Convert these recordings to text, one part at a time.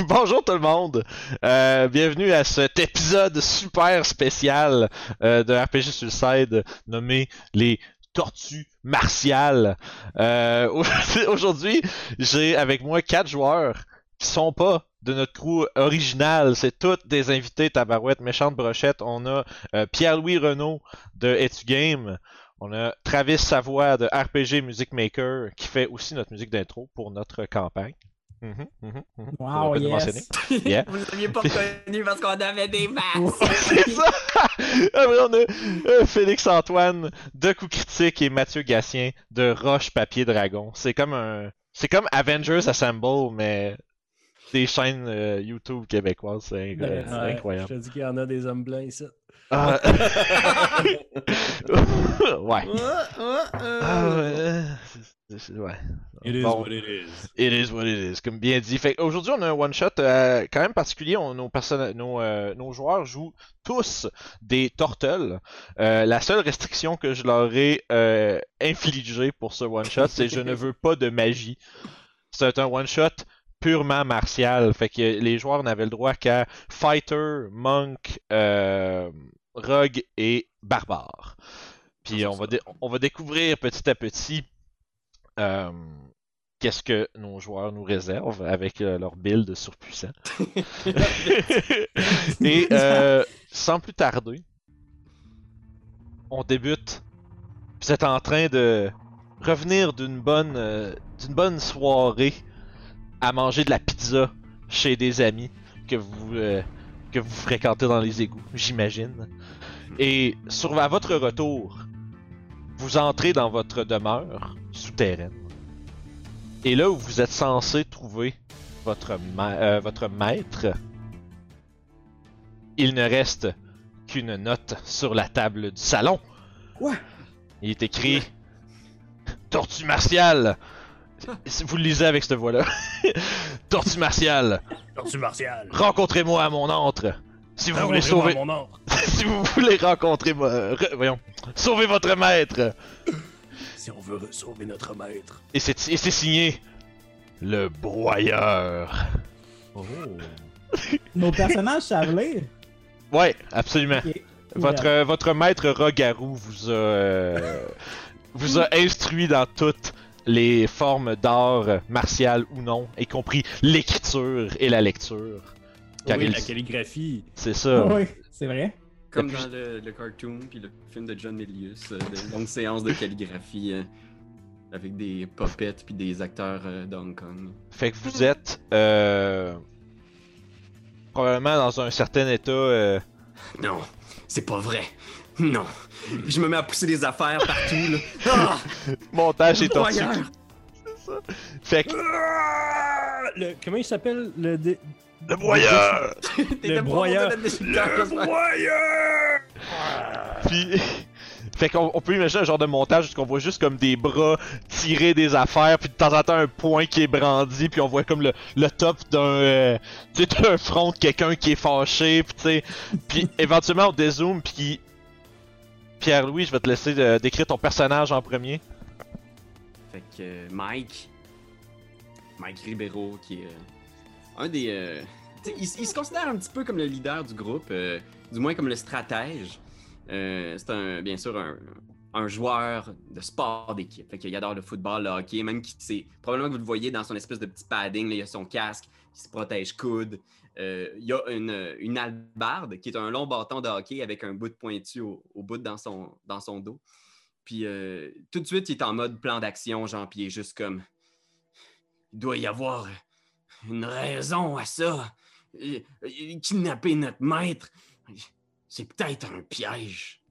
Bonjour tout le monde. Bienvenue à cet épisode super spécial de RPG Suicide nommé les Tortues Martiales. Aujourd'hui, j'ai avec moi 4 joueurs qui sont pas de notre crew original. C'est toutes des invités tabarouettes, méchantes brochettes. On a Pierre-Louis Renaud de Etu Game. On a Travis Savoie de RPG Music Maker qui fait aussi notre musique d'intro pour notre campagne. Wow, Faudrait pas le mentionner. yes! Yeah. Vous ne l'aviez pas reconnu parce qu'on avait des masques. C'est ça! Après, on a Félix-Antoine de Coup Critique et Mathieu Gatien de Roche Papier Dragon. C'est comme Avengers Assemble, mais des chaînes YouTube québécoises. C'est incroyable. Je te dis qu'il y en a des hommes blancs ici. Ah. Ouais. Ouais. It is Bon. what it is. It is what it is, comme bien dit. Fait aujourd'hui, on a un one-shot quand même particulier. Nos joueurs jouent tous des turtles. La seule restriction que je leur ai infligée pour ce one-shot, c'est je ne veux pas de magie. C'est un one-shot purement martial. Fait que les joueurs n'avaient le droit qu'à Fighter, Monk, Rogue et Barbare. Puis on va découvrir petit à petit qu'est-ce que nos joueurs nous réservent avec leur build surpuissant. Et sans plus tarder, on débute. Vous êtes en train de revenir d'une bonne soirée à manger de la pizza chez des amis que vous fréquentez dans les égouts, j'imagine. Et à votre retour, vous entrez dans votre demeure souterraine. Et là où vous êtes censé trouver votre maître, il ne reste qu'une note sur la table du salon. Quoi? Il est écrit Tortue martiale. Vous le lisez avec cette voix-là. Tortue martiale. Tortue martiale. Rencontrez-moi à mon antre. Si vous voulez sauver. Mon ordre. Si vous voulez rencontrer voyons. Sauvez votre maître. Si on veut sauver notre maître. Et c'est signé le broyeur. Oh. Nos personnages savent lire. Ouais, absolument. Ok. Votre maître Rogarou vous a instruit dans toutes les formes d'art martial ou non, y compris l'écriture et la lecture. Car Oui, il- la calligraphie. C'est ça. Oui, c'est vrai. Comme dans le cartoon puis le film de John Milius, de longues séances de calligraphie avec des puppets puis des acteurs d'Hong Kong. Fait que vous êtes probablement dans un certain état. Non, c'est pas vrai. Non. Je me mets à pousser des affaires partout, là. Ah! Montage et tortue. Broyeur! C'est ça. Fait que Comment il s'appelle le le broyeur. T'étais broyeur. pas bon de notre descripteur, j'espère. Puis, fait qu'on peut imaginer un genre de montage où on voit juste comme des bras tirer des affaires, puis de temps en temps un poing qui est brandi, puis on voit comme le top d'un front de quelqu'un qui est fâché, puis tu sais, puis éventuellement on dézoome, puis Pierre-Louis, je vais te laisser décrire ton personnage en premier. Fait que Mike Ribeiro, qui est un des... il se considère un petit peu comme le leader du groupe, du moins comme le stratège. C'est bien sûr un joueur de sport d'équipe. Fait qu'il adore le football, le hockey, même probablement que vous le voyez dans son espèce de petit padding, là, il a son casque, il se protège coude. Il y a une hallebarde qui est un long bâton de hockey avec un bout de pointu au bout dans son dos. Puis tout de suite, il est en mode plan d'action, genre, puis il est juste comme... Il doit y avoir une raison à ça. Kidnapper notre maître, c'est peut-être un piège.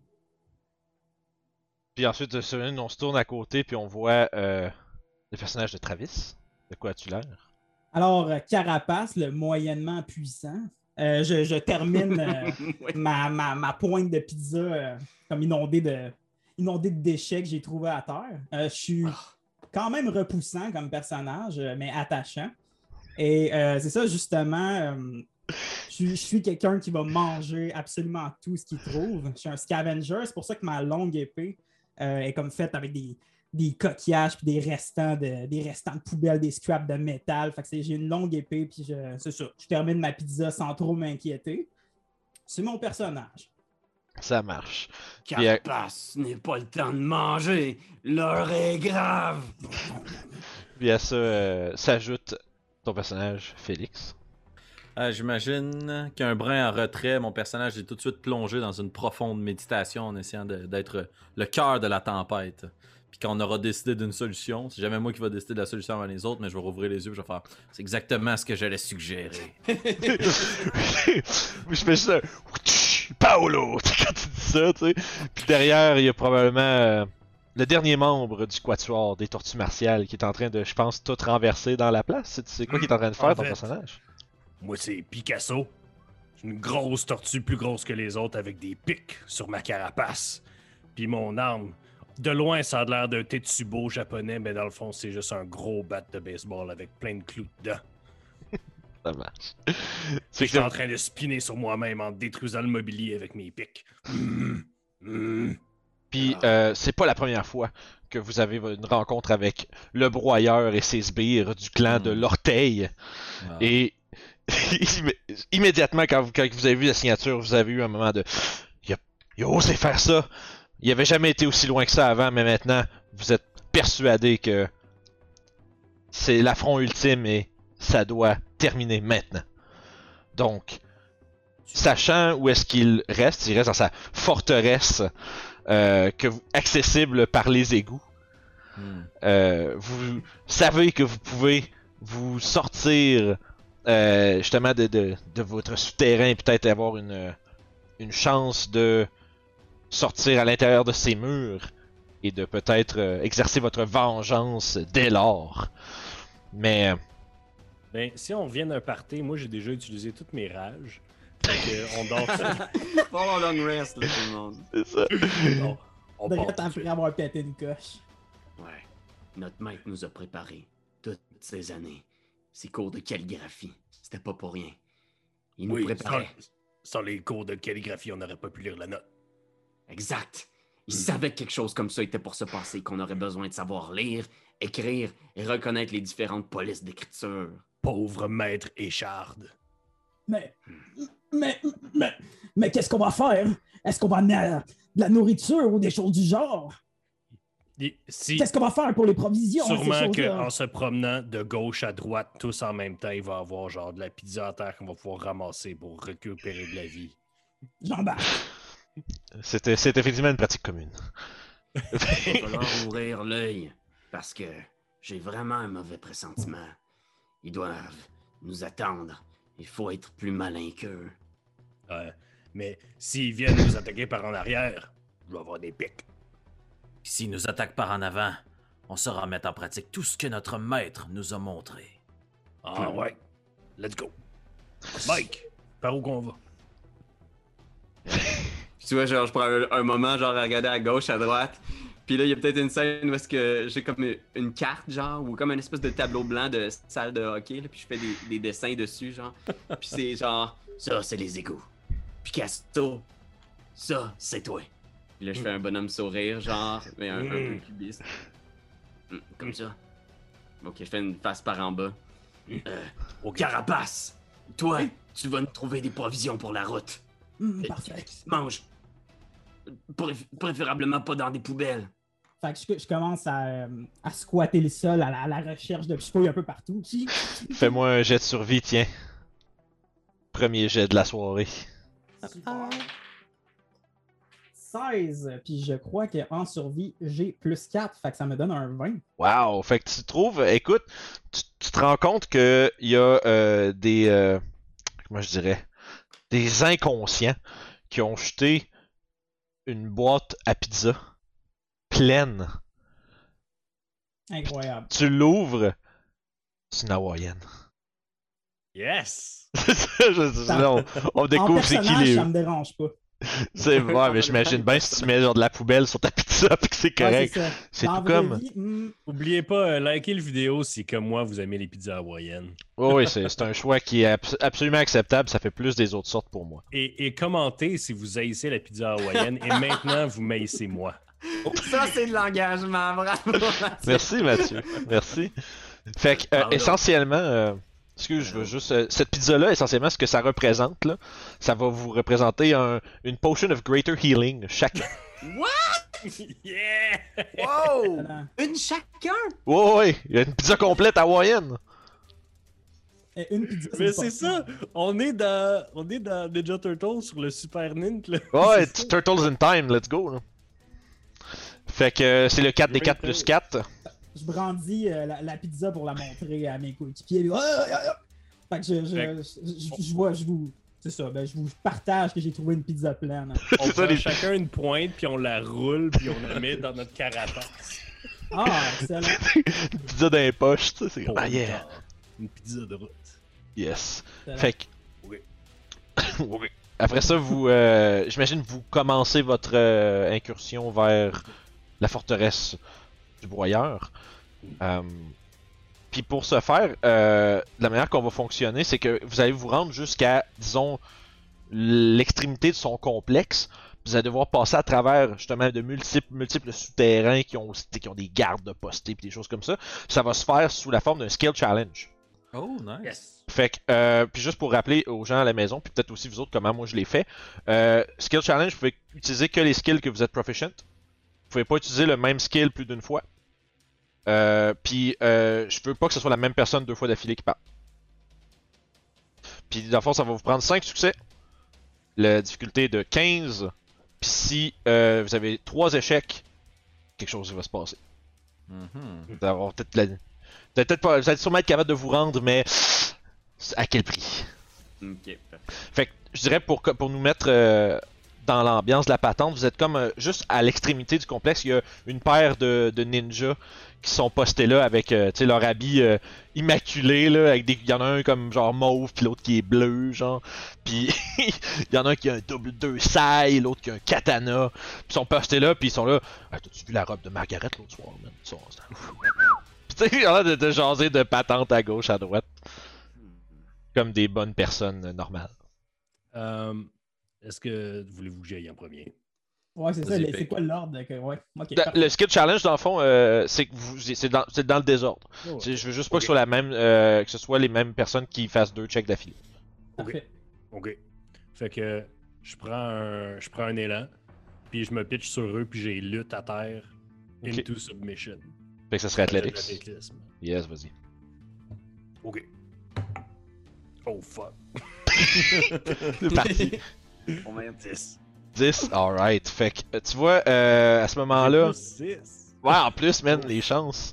Puis ensuite, on se tourne à côté, puis on voit le personnage de Travis. De quoi as-tu l'air? Alors, Carapace, le moyennement puissant. Je termine Ouais. ma pointe de pizza comme inondée de déchets que j'ai trouvé à terre. Je suis quand même repoussant comme personnage, mais attachant. Et c'est ça, justement. Je suis quelqu'un qui va manger absolument tout ce qu'il trouve. Je suis un scavenger. C'est pour ça que ma longue épée est comme faite avec des coquillages puis des restants de poubelle, des scraps de métal. Fait que j'ai une longue épée, puis c'est ça. Je termine ma pizza sans trop m'inquiéter. C'est mon personnage. Ça marche. Carapace, ce n'est pas le temps de manger. L'heure est grave. Puis à ça s'ajoute ton personnage, Félix. J'imagine qu'un brin en retrait, mon personnage est tout de suite plongé dans une profonde méditation en essayant d'être le cœur de la tempête. Puis quand on aura décidé d'une solution, c'est jamais moi qui va décider de la solution avant les autres, mais je vais rouvrir les yeux et je vais faire « C'est exactement ce que j'allais suggérer. » Je fais juste un Paolo quand tu dis ça, tu sais. Puis derrière, il y a probablement le dernier membre du quatuor des Tortues Martiales qui est en train de, je pense, tout renverser dans la place. Tu sais quoi qu'il est en train de faire, ton personnage? Moi, c'est Picasso. J'ai une grosse tortue plus grosse que les autres avec des pics sur ma carapace. Puis mon arme, de loin, ça a l'air d'un Tetsubo japonais, mais dans le fond, c'est juste un gros bat de baseball avec plein de clous dedans. Ça marche. Je suis en train de spinner sur moi-même en détruisant le mobilier avec mes pics. Puis c'est pas la première fois que vous avez une rencontre avec le broyeur et ses sbires du clan de l'Orteil. Et immédiatement, quand vous avez vu la signature, vous avez eu un moment de il a osé faire ça. Il avait jamais été aussi loin que ça avant, mais maintenant, vous êtes persuadé que c'est l'affront ultime et ça doit terminer maintenant. Donc, sachant où est-ce qu'il reste, il reste dans sa forteresse accessible par les égouts. Vous savez que vous pouvez vous sortir justement de votre souterrain et peut-être avoir une chance de sortir à l'intérieur de ces murs et de peut-être exercer votre vengeance dès lors. Mais ben, si on vient d'un party, moi j'ai déjà utilisé toutes mes rages. Fait qu'on dort ça. Fall long rest, là, tout le monde. c'est ça. On Devrait part t'en faire avoir pété une coche. Ouais. Notre maître nous a préparé toutes ces années. Ces cours de calligraphie. C'était pas pour rien. Il nous Oui, préparait. sans les cours de calligraphie, on n'aurait pas pu lire la note. Exact. Il savait que quelque chose comme ça était pour se passer, qu'on aurait besoin de savoir lire, écrire et reconnaître les différentes polices d'écriture. Pauvre maître écharde. Mais qu'est-ce qu'on va faire? Est-ce qu'on va amener de la nourriture ou des choses du genre? Qu'est-ce qu'on va faire pour les provisions? Sûrement qu'en se promenant de gauche à droite, tous en même temps, il va y avoir genre de la pizza à terre qu'on va pouvoir ramasser pour récupérer de la vie. J'embarque. C'est effectivement une pratique commune. Il va falloir ouvrir l'œil, parce que j'ai vraiment un mauvais pressentiment. Ils doivent nous attendre. Il faut être plus malin qu'eux. Mais s'ils viennent nous attaquer par en arrière, je vais avoir des pics. S'ils nous attaquent par en avant, on saura mettre en pratique tout ce que notre maître nous a montré. Ah ouais, let's go. Mike, par où qu'on va? Tu vois, genre, je prends un moment, genre, à regarder à gauche, à droite. Puis là, il y a peut-être une scène où est-ce que j'ai comme une carte, genre, ou comme une espèce de tableau blanc de salle de hockey, là, puis je fais des dessins dessus, genre. Puis c'est genre, ça, c'est les égouts. Picasso, ça, c'est toi. Puis là, je fais un bonhomme sourire, genre, mais un peu cubiste. Comme ça. Ok, je fais une face par en bas. Au carapace, toi, tu vas nous trouver des provisions pour la route. Parfait. Mange. Préférablement pas dans des poubelles. Fait que je commence à squatter le sol à la recherche de fouilles un peu partout. Fais-moi un jet de survie, tiens. Premier jet de la soirée. Super. 16, puis je crois qu'en survie, j'ai plus 4, fait que ça me donne un 20. Wow! Fait que tu trouves, écoute, tu te rends compte qu'il y a des, comment je dirais, des inconscients qui ont jeté une boîte à pizza pleine. Incroyable. Tu l'ouvres, c'est une hawaïenne. Yes! on découvre c'est qui les... ça me dérange pas. C'est vrai, mais j'imagine bien si tu mets genre de la poubelle sur ta pizza pis que c'est correct. Ouais, c'est dans tout comme. Oubliez pas, likez le vidéo si comme moi vous aimez les pizzas hawaïennes. Oui, c'est un choix qui est absolument acceptable, ça fait plus des autres sortes pour moi. Et commentez si vous haïssez la pizza hawaïenne et maintenant vous maïssez moi. Ça, c'est de l'engagement, bravo. Merci Mathieu, merci. Fait que Pardon. essentiellement, excuse, je veux juste cette pizza-là, essentiellement, ce que ça représente là, ça va vous représenter une potion of greater healing chacun. Yeah! Wow! Voilà. Une chacun? Ouais, il y a une pizza complète hawaïenne. Une pizza, Mais une c'est portion. ça! On est dans Ninja Turtles sur le Super Nint, là. Ouais, C'est ça. Turtles in Time, let's go. Là. Fait que c'est le 4 des 4 plus 4. Je brandis la pizza pour la montrer à mes coéquipiers. Puis, Fait que je vous. C'est ça, ben je vous partage que j'ai trouvé une pizza pleine. On C'est ça, prend les- chacun une pointe, puis on la roule, puis on la met dans notre carapace. Ah, excellent. Une pizza dans les poches, tu sais, c'est comme, Pour ah yeah, tard. Une pizza de route. yes. excellent. Fait que. Oui. Oui. Après ça, vous, j'imagine vous commencez votre incursion vers la forteresse du broyeur. Puis pour ce faire, la manière qu'on va fonctionner, c'est que vous allez vous rendre jusqu'à, disons, l'extrémité de son complexe. Vous allez devoir passer à travers justement de multiples souterrains qui ont des gardes de postés et des choses comme ça. Ça va se faire sous la forme d'un skill challenge. Oh, nice. Yes! Fait que, puis juste pour rappeler aux gens à la maison, puis peut-être aussi vous autres comment moi je l'ai fait, skill challenge, vous pouvez utiliser que les skills que vous êtes proficient. Vous pouvez pas utiliser le même skill plus d'une fois. Puis je veux pas que ce soit la même personne deux fois d'affilée qui parle. Puis dans le fond, ça va vous prendre 5 succès. La difficulté de 15. Puis si vous avez 3 échecs, quelque chose va se passer. Mhm. Vous allez avoir peut-être pas, vous allez sûrement être capable de vous rendre, mais à quel prix? Ok, parfait. Fait que je dirais pour nous mettre dans l'ambiance de la patente, vous êtes comme juste à l'extrémité du complexe, il y a une paire de ninjas qui sont postés là avec tu sais, leur habit immaculé là, avec il y en a un comme genre mauve puis l'autre qui est bleu genre, puis il y en a un qui a un double 2 sailles, l'autre qui a un katana, puis ils sont postés là puis ils sont là. Ah, t'as-tu vu la robe de Margaret l'autre soir, man? Puis tu sais, il y en a de jaser de patente à gauche à droite comme des bonnes personnes normales. Est-ce que voulez-vous que j'aille en premier? Ouais, c'est ça. Vas-y, C'est pique. quoi l'ordre? Ouais, ok. Le skill challenge, dans le fond, c'est que c'est dans le désordre. Oh, Je veux juste pas que ce soit la même, que ce soit les mêmes personnes qui fassent 2 checks d'affilée. Parfait. OK. Fait que je prends un élan, puis je me pitch sur eux, puis j'ai lutte à terre Ok. into submission. Fait que ça serait Athletics. Athlétisme. Yes, vas-y. OK. Oh fuck. C'est parti. Combien? 10. 10, alright. Fait que tu vois, à ce moment-là. 6. Ouais, en plus, man, les chances.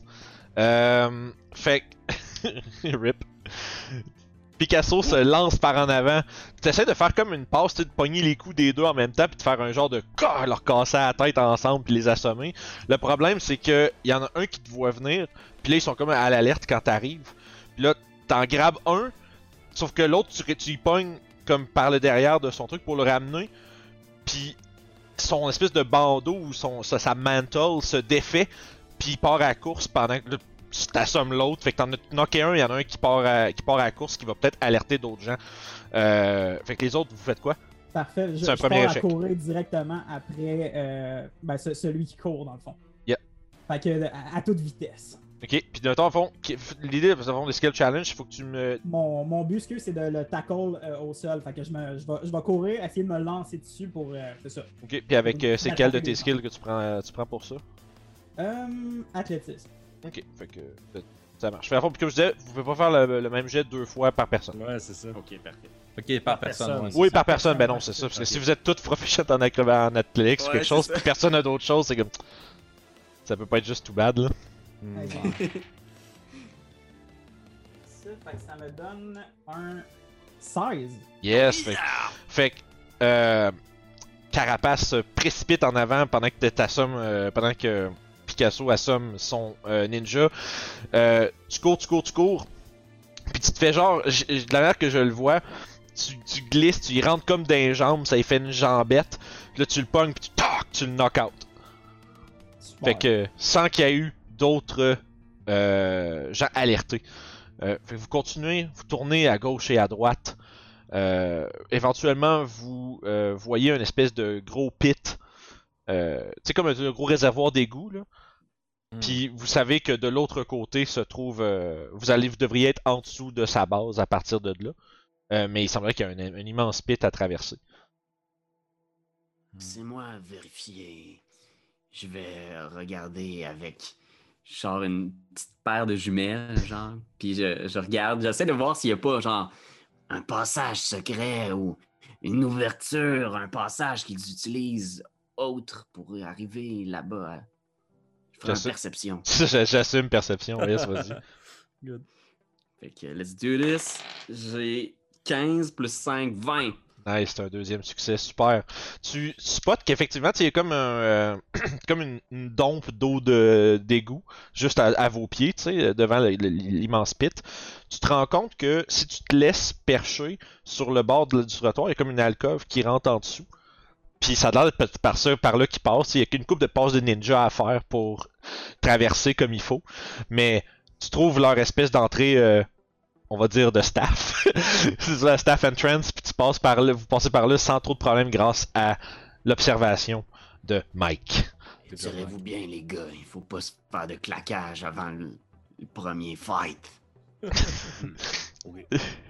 Fait que. Rip. Picasso se lance par en avant. Tu essaies de faire comme une passe, tu sais, de pogner les coups des deux en même temps, puis de faire un genre de leur casser la tête ensemble, puis les assommer. Le problème, c'est que y en a un qui te voit venir, puis là, ils sont comme à l'alerte quand t'arrives. Puis là, t'en grabes un, sauf que l'autre, tu y pognes comme par le derrière de son truc pour le ramener, puis son espèce de bandeau ou sa mantle se défait, puis il part à la course pendant que tu t'assommes l'autre. Fait que t'en as knocké un, il y en a un qui part à la course qui va peut-être alerter d'autres gens. Fait que les autres, vous faites quoi? Parfait. C'est un Je premier pars échec. à courir directement après celui qui court, dans le fond. Yeah. Fait que à toute vitesse. Ok, puis dans le fond, l'idée de des skill challenge, il faut que tu me. Mon but, c'est de le tackle au sol. Fait que je vais courir, essayer de me lancer dessus pour. C'est ça. Ok, puis avec c'est quel de tes skills que tu prends pour ça? Athlétisme. Ok, fait que ça marche. Fait à fond, puis comme je disais, vous pouvez pas faire le même jet 2 fois par personne. Ouais, c'est ça. Ok, parfait. Ok, par personne. personne. ouais, c'est Oui, ça. par personne, ben non, c'est ça. Parce que Ok. si vous êtes toutes proficient en athletics ou Ouais, quelque c'est chose, ça. puis personne n'a d'autre chose, c'est comme. Ça peut pas être juste too bad, là. Hmm. Ça, fait que ça me donne un 16. Yes, fait que Carapace se précipite en avant pendant que pendant que Picasso assomme son ninja. Tu cours, puis tu te fais genre, de la manière que je le vois, tu glisses, tu y rentres comme dans les jambes, ça y fait une jambette, puis là tu le pognes, puis tu le knock out. Super. Fait que sans qu'il y ait eu d'autres gens alertés. Fait que vous continuez, vous tournez à gauche et à droite. Éventuellement, vous voyez une espèce de gros pit sais, comme un gros réservoir d'égout, là. Hmm. Puis vous savez que de l'autre côté se trouve, vous devriez être en dessous de sa base à partir de là. Mais il semblerait qu'il y a un immense pit à traverser. C'est-moi vérifier. Je vais regarder avec genre une petite paire de jumelles, genre. Puis je regarde, j'essaie de voir s'il n'y a pas genre un passage secret ou une ouverture, un passage qu'ils utilisent autre pour arriver là-bas. Je ferai une J'assume. perception. J'assume perception, yes, vas-y. Good. Fait que let's do this. J'ai 15 plus 5, 20. Nice, c'est un deuxième succès, super. Tu spots qu'effectivement, il y a comme comme une dompe d'eau d'égout juste à vos pieds, tu sais, devant l'immense pit. Tu te rends compte que si tu te laisses percher sur le bord du trottoir, il y a comme une alcôve qui rentre en dessous. Puis ça a l'air d'être par là qui passe. Il y a qu'une couple de passes de ninja à faire pour traverser comme il faut. Mais tu trouves leur espèce d'entrée, on va dire, de staff. C'est la staff entrance, puis tu passes par là, vous passez par là sans trop de problèmes grâce à l'observation de Mike. Tirez-vous bien, les gars. Il faut pas se faire de claquage avant le premier fight. Oui.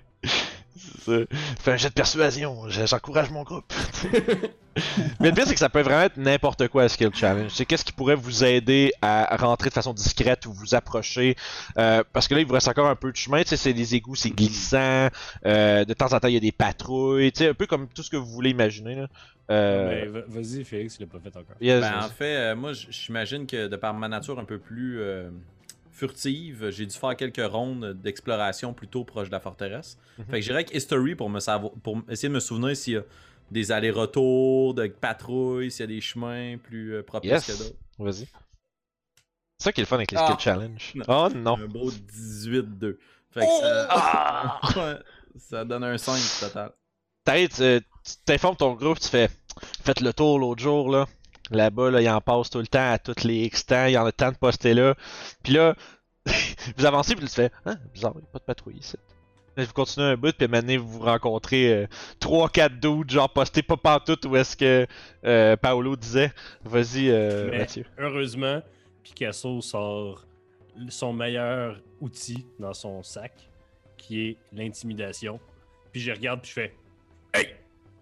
Fais un jet de persuasion, j'encourage mon groupe. Mais le pire, c'est que ça peut vraiment être n'importe quoi à Skill Challenge. C'est qu'est-ce qui pourrait vous aider à rentrer de façon discrète ou vous approcher. Parce que là, il vous reste encore un peu de chemin. Tu sais, c'est des égouts, c'est glissant. De temps en temps, il y a des patrouilles. Tu sais, un peu comme tout ce que vous voulez imaginer. Là. Mais vas-y, Félix, il l'a pas fait encore. Yes, Ben, en fait, moi, j'imagine que de par ma nature un peu plus furtive, j'ai dû faire quelques rondes d'exploration plutôt proche de la forteresse. Fait que j'irais avec History pour essayer de me souvenir s'il y a des allers-retours, de patrouilles, s'il y a des chemins plus propices que d'autres. Vas-y. C'est ça qui est le fun avec les Skill Challenge. Non. Oh non. Un beau 18-2. Fait que ça... Ouais, ça donne un 5 total. Peut-être, tu t'informes ton groupe, tu fais faites le tour l'autre jour là. Là-bas, là, il en passe tout le temps à tous les X-temps, il y en a tant de postés là. Puis là, vous avancez, puis tu fais ah, bizarre, il n'y a pas de patrouille ici. Là, vous continuez un bout, puis maintenant vous rencontrez 3-4 dudes, genre postés pas pantoute où est-ce que Paolo disait. Vas-y, Mais Mathieu. heureusement, Picasso sort son meilleur outil dans son sac, qui est l'intimidation. Puis je regarde, puis je fais hey!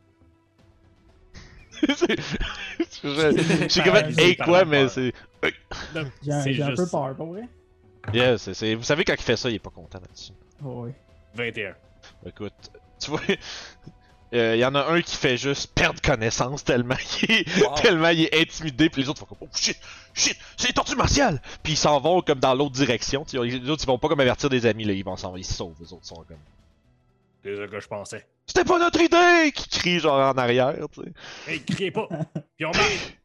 Je sais comment hey quoi, mais c'est. Non, J'ai un peu juste peur, pour vrai. Yeah, vous savez quand il fait ça, il est pas content là-dessus. Oh, oui. 21. Écoute, tu vois, il y en a un qui fait juste perdre connaissance tellement tellement il est intimidé, puis les autres font comme oh shit, c'est les tortues martiales, puis ils s'en vont comme dans l'autre direction. T'sais, les autres ils vont pas comme avertir des amis là, ils vont ils se sauvent, les autres sont comme. C'est ça que je pensais. C'était pas notre idée, qui crie genre en arrière, tu sais. Hey, criez pas! Puis on marche!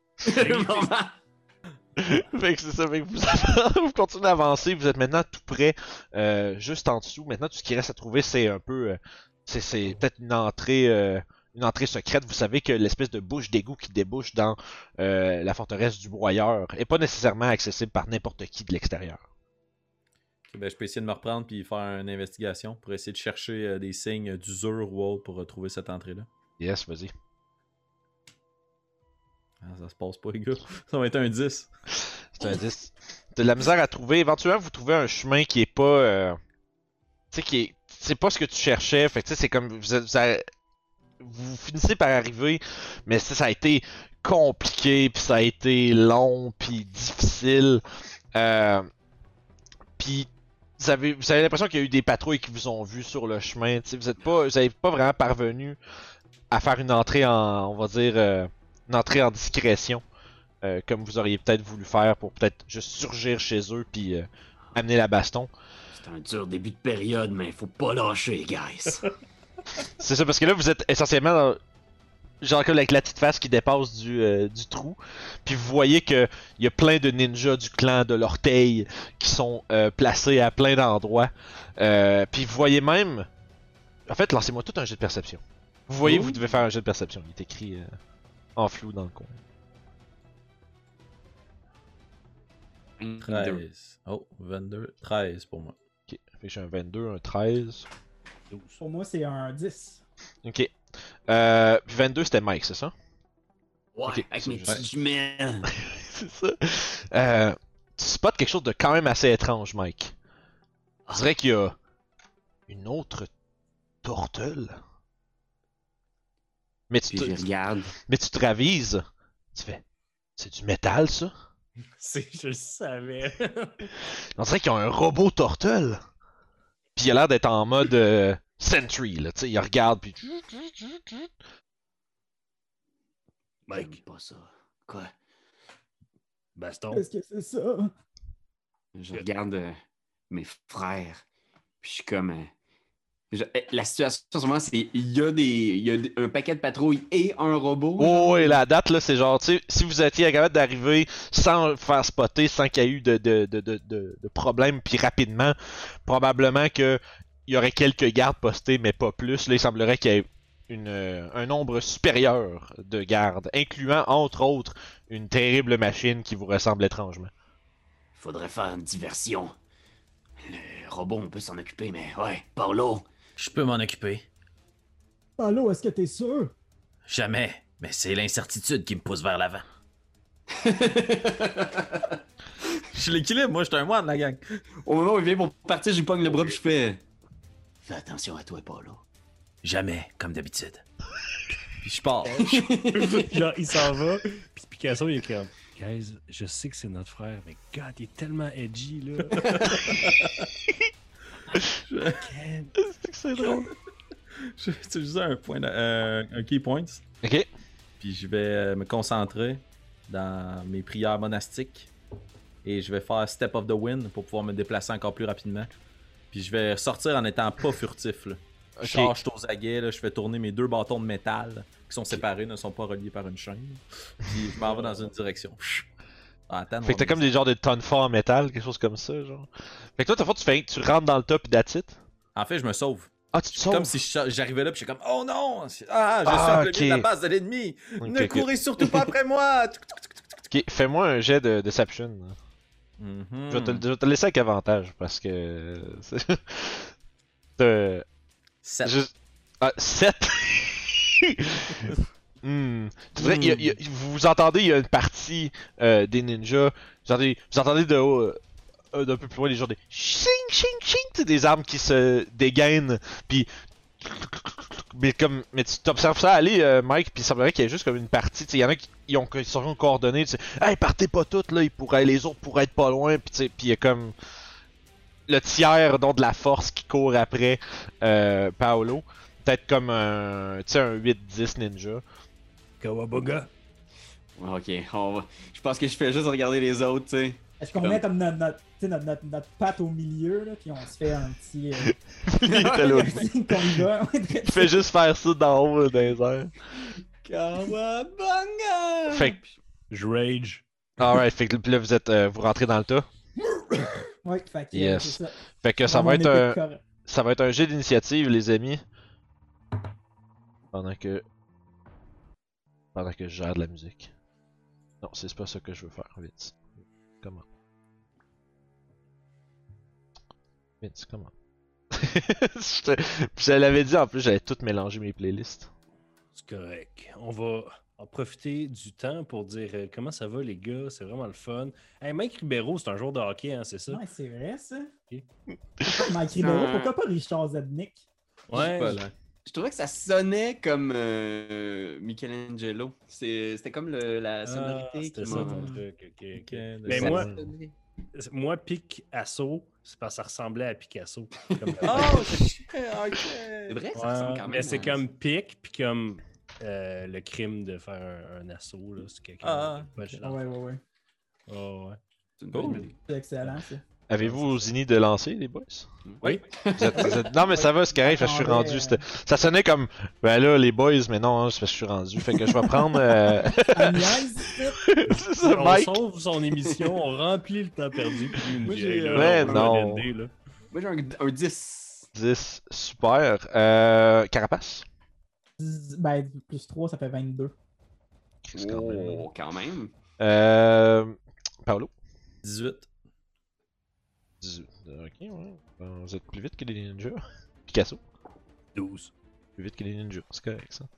Fait que c'est ça, fait que vous continuez à avancer, vous êtes maintenant tout près, juste en dessous. Maintenant, tout ce qui reste à trouver, c'est un peu, c'est peut-être une entrée secrète. Vous savez que l'espèce de bouche d'égout qui débouche dans la forteresse du broyeur est pas nécessairement accessible par n'importe qui de l'extérieur. Ok, ben, je peux essayer de me reprendre puis faire une investigation pour essayer de chercher des signes d'usure ou autre pour retrouver cette entrée-là. Yes, vas-y. Ah, ça se passe pas, les gars. Ça va être un 10. C'est un 10. T'as de la misère à trouver. Éventuellement, vous trouvez un chemin qui est pas. Tu sais, qui est. C'est pas ce que tu cherchais. Fait que tu sais, c'est comme. Vous finissez par arriver, mais ça a été compliqué, puis ça a été long, puis difficile. Puis vous avez l'impression qu'il y a eu des patrouilles qui vous ont vu sur le chemin. Tu sais, vous avez pas vraiment parvenu à faire une entrée en, on va dire, une entrée en discrétion, comme vous auriez peut-être voulu faire pour peut-être juste surgir chez eux puis amener la baston. C'est un dur début de période, mais faut pas lâcher, guys. C'est ça, parce que là, vous êtes essentiellement dans, genre comme avec la petite face qui dépasse du trou. Puis vous voyez que il y a plein de ninjas du clan de l'orteil qui sont placés à plein d'endroits. Puis vous voyez même... En fait, lancez-moi tout un jet de perception. Vous voyez, vous devez faire un jet de perception. Il est écrit en flou dans le coin. 13. Oh, 22. 13 pour moi. Ok, fait que j'ai un 22, un 13. Pour moi, c'est un 10. Ok. Puis 22 c'était Mike, c'est ça? Ouais, Ok, avec mes c'est petites jumelles. C'est ça. Tu spots quelque chose de quand même assez étrange, Mike. Je dirais qu'il y a une autre tortelle. Mais Puis je regarde. mais tu te ravises. Tu fais, c'est du métal, ça? Je le savais. On dirait qu'il y a un robot tortelle. Puis il a l'air d'être en mode Sentry, là. Tu sais, il regarde, puis... J'aime Mike, pas ça. Quoi? baston. Qu'est-ce que c'est ça? Je regarde mes frères. Puis je suis comme. La situation en ce moment, c'est il y a un paquet de patrouilles et un robot. Oh, et la date, là, c'est genre, tu sais, si vous étiez capable d'arriver sans faire spotter, sans qu'il y ait eu de problème, puis rapidement, probablement que il y aurait quelques gardes postés, mais pas plus. Là, il semblerait qu'il y ait un nombre supérieur de gardes, incluant, entre autres, une terrible machine qui vous ressemble étrangement. Faudrait faire une diversion. Le robot, on peut s'en occuper, mais ouais, Paolo. Je peux m'en occuper. Allô, est-ce que t'es sûr? Jamais. Mais c'est l'incertitude qui me pousse vers l'avant. Je suis l'équilibre, moi, je suis un moine, la gang. Au moment où il vient pour partir, je lui pogne le bras, puis je fais. Fais attention à toi, Paolo. Jamais, comme d'habitude. Puis je pars. Genre, il s'en va, puis Picasso, il est comme... Guys, je sais que c'est notre frère, mais God, il est tellement edgy, là. Ken. C'est drôle. Je vais utiliser un key point. Ok. Puis je vais me concentrer dans mes prières monastiques. Et je vais faire Step of the Wind pour pouvoir me déplacer encore plus rapidement. Puis je vais sortir en étant pas furtif. Là. Ok. Je suis aux aguets, là, je fais tourner mes 2 bâtons de métal qui sont séparés, ne sont pas reliés par une chaîne. Puis je m'en vais dans une direction. Attends, Fait que t'as comme des genres de tonnes forts en métal, quelque chose comme ça, genre. Fait que toi, tu rentres dans le top et that's it. En fait, je me sauve. Ah, tu te C'est sauves? comme si j'arrivais là, puis j'étais comme oh non! Je suis à ok. plein de la base de l'ennemi! Ok, Ne ok. courez surtout pas après moi! Ok, fais-moi un jet de Deception. Mhm. Je vais te laisser avec avantage parce que. T'as- Sept. Juste... Ah, 7! Tu dirais, vous entendez, il y a une partie des ninjas. Vous entendez de haut, d'un peu plus loin, les genres des ching ching ching, tu sais, des armes qui se dégainent, puis. Mais tu t'observes ça aller, Mike, puis il semblerait qu'il y ait juste comme une partie. Il y en a qui sont coordonnés. Hey, partez pas toutes, là, les autres pourraient être pas loin, puis il y a comme le tiers de la force qui court après Paolo. Peut-être comme un 8-10 ninja. Kawabaga. Ok, je pense que je fais juste regarder les autres, tu sais. Est-ce qu'on met comme notre patte au milieu, là, puis on se fait un petit. Il était là. qu'on y va. Il fait juste faire ça d'en haut là, dans les airs. Kawabanga! Fait que, Je rage. alright, fait que là vous rentrez dans le tas. Ouais, fait que Yes. c'est ça. Fait que ça Dans va mon être épée de un, corps. ça va être un jet d'initiative, les amis. Pendant que je gère de la musique. Non, c'est pas ça que je veux faire, Vince. Comment? Vince, comment? Je l'avais dit en plus, j'allais tout mélanger mes playlists. C'est correct. On va en profiter du temps pour dire comment ça va, les gars. C'est vraiment le fun. Hey, Mike Ribeiro, c'est un joueur de hockey, hein, c'est ça? Ouais, c'est vrai, ça. Ok. Mike Ribeiro, pourquoi pas Richard Zednik? Ouais. Pas là. Je trouvais que ça sonnait comme Michelangelo. C'était comme la sonorité C'était qui ça m'a... ton truc. Ok. Ok, Mais Ça moi, sonnait. moi, Picasso, c'est parce que ça ressemblait à Picasso. Comme Oh, shit, ok. C'est vrai, ça Ouais, ressemble quand même mais c'est à- comme pic, puis comme le crime de faire un assaut. Là, c'est quelqu'un Ah, qui Ouais, ouais, ouais. Oh, ouais. C'est une Cool. bonne idée. C'est excellent, ça. Avez-vous Zini de lancer, les boys? Oui. Non, mais ça va, c'est correct, parce que je suis rendu. Ça sonnait comme, ben là, les boys, mais non, hein, c'est parce que je suis rendu. Fait que je vais prendre. Ah, niaise, C'est ça, On Mike. sauve son émission, on remplit le temps perdu. Puis lui, il nous Moi, dit, j'ai, hey, là, ouais, on veut non. un LND, là. Moi, j'ai un 10. 10, super. Carapace? Ben, plus 3, ça fait 22. Chris, quand même. Oh, quand même. Paolo? 18. 18. Ok, ouais. Vous êtes plus vite que les ninjas. Picasso? 12. Plus vite que les ninjas, c'est correct ça.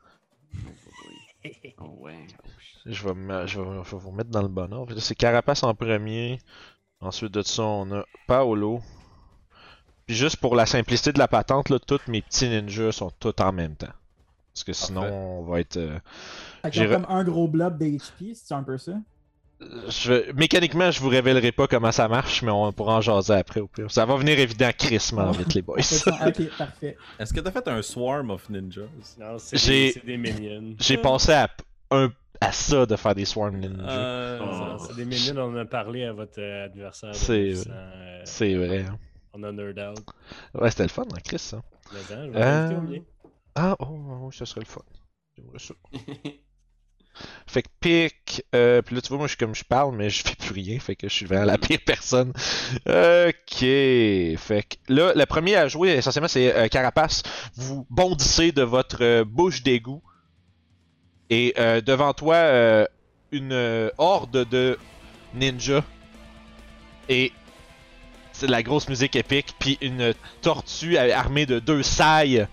Oh ouais. Je vais vous mettre dans le bon ordre. C'est Carapace en premier. Ensuite de ça, on a Paolo. Puis juste pour la simplicité de la patente, là, tous mes petits ninjas sont tous en même temps. Parce que sinon, Parfait. on va être. Fait qu'ils ont comme un gros blob d'HP, c'est un peu ça? Mécaniquement, je vous révélerai pas comment ça marche, mais on pourra en jaser après au pire. Ça va venir évident crissement vite, les boys. Ok, parfait. Est-ce que t'as fait un swarm of ninjas? Non, c'est J'ai- des minions. J'ai pensé à ça de faire des Swarm Ninja. Oh. C'est des minions, on en a parlé à votre adversaire. de C'est- 900, C'est vrai. Hein. On a nerd out. Ouais, c'était le fun, hein, Chris, ça. Mais attends, je vais l'inviter au mien. Ah, oh, ça serait le fun. J'aimerais ça. Fait que pique. Puis là, tu vois, moi, je parle, mais je fais plus rien. Fait que je suis vraiment la pire personne. Ok. Fait que là, le premier à jouer, essentiellement, c'est Carapace. Vous bondissez de votre bouche d'égout. Et devant toi, une horde de ninjas. Et c'est de la grosse musique épique. Puis une tortue armée de 2 sailles.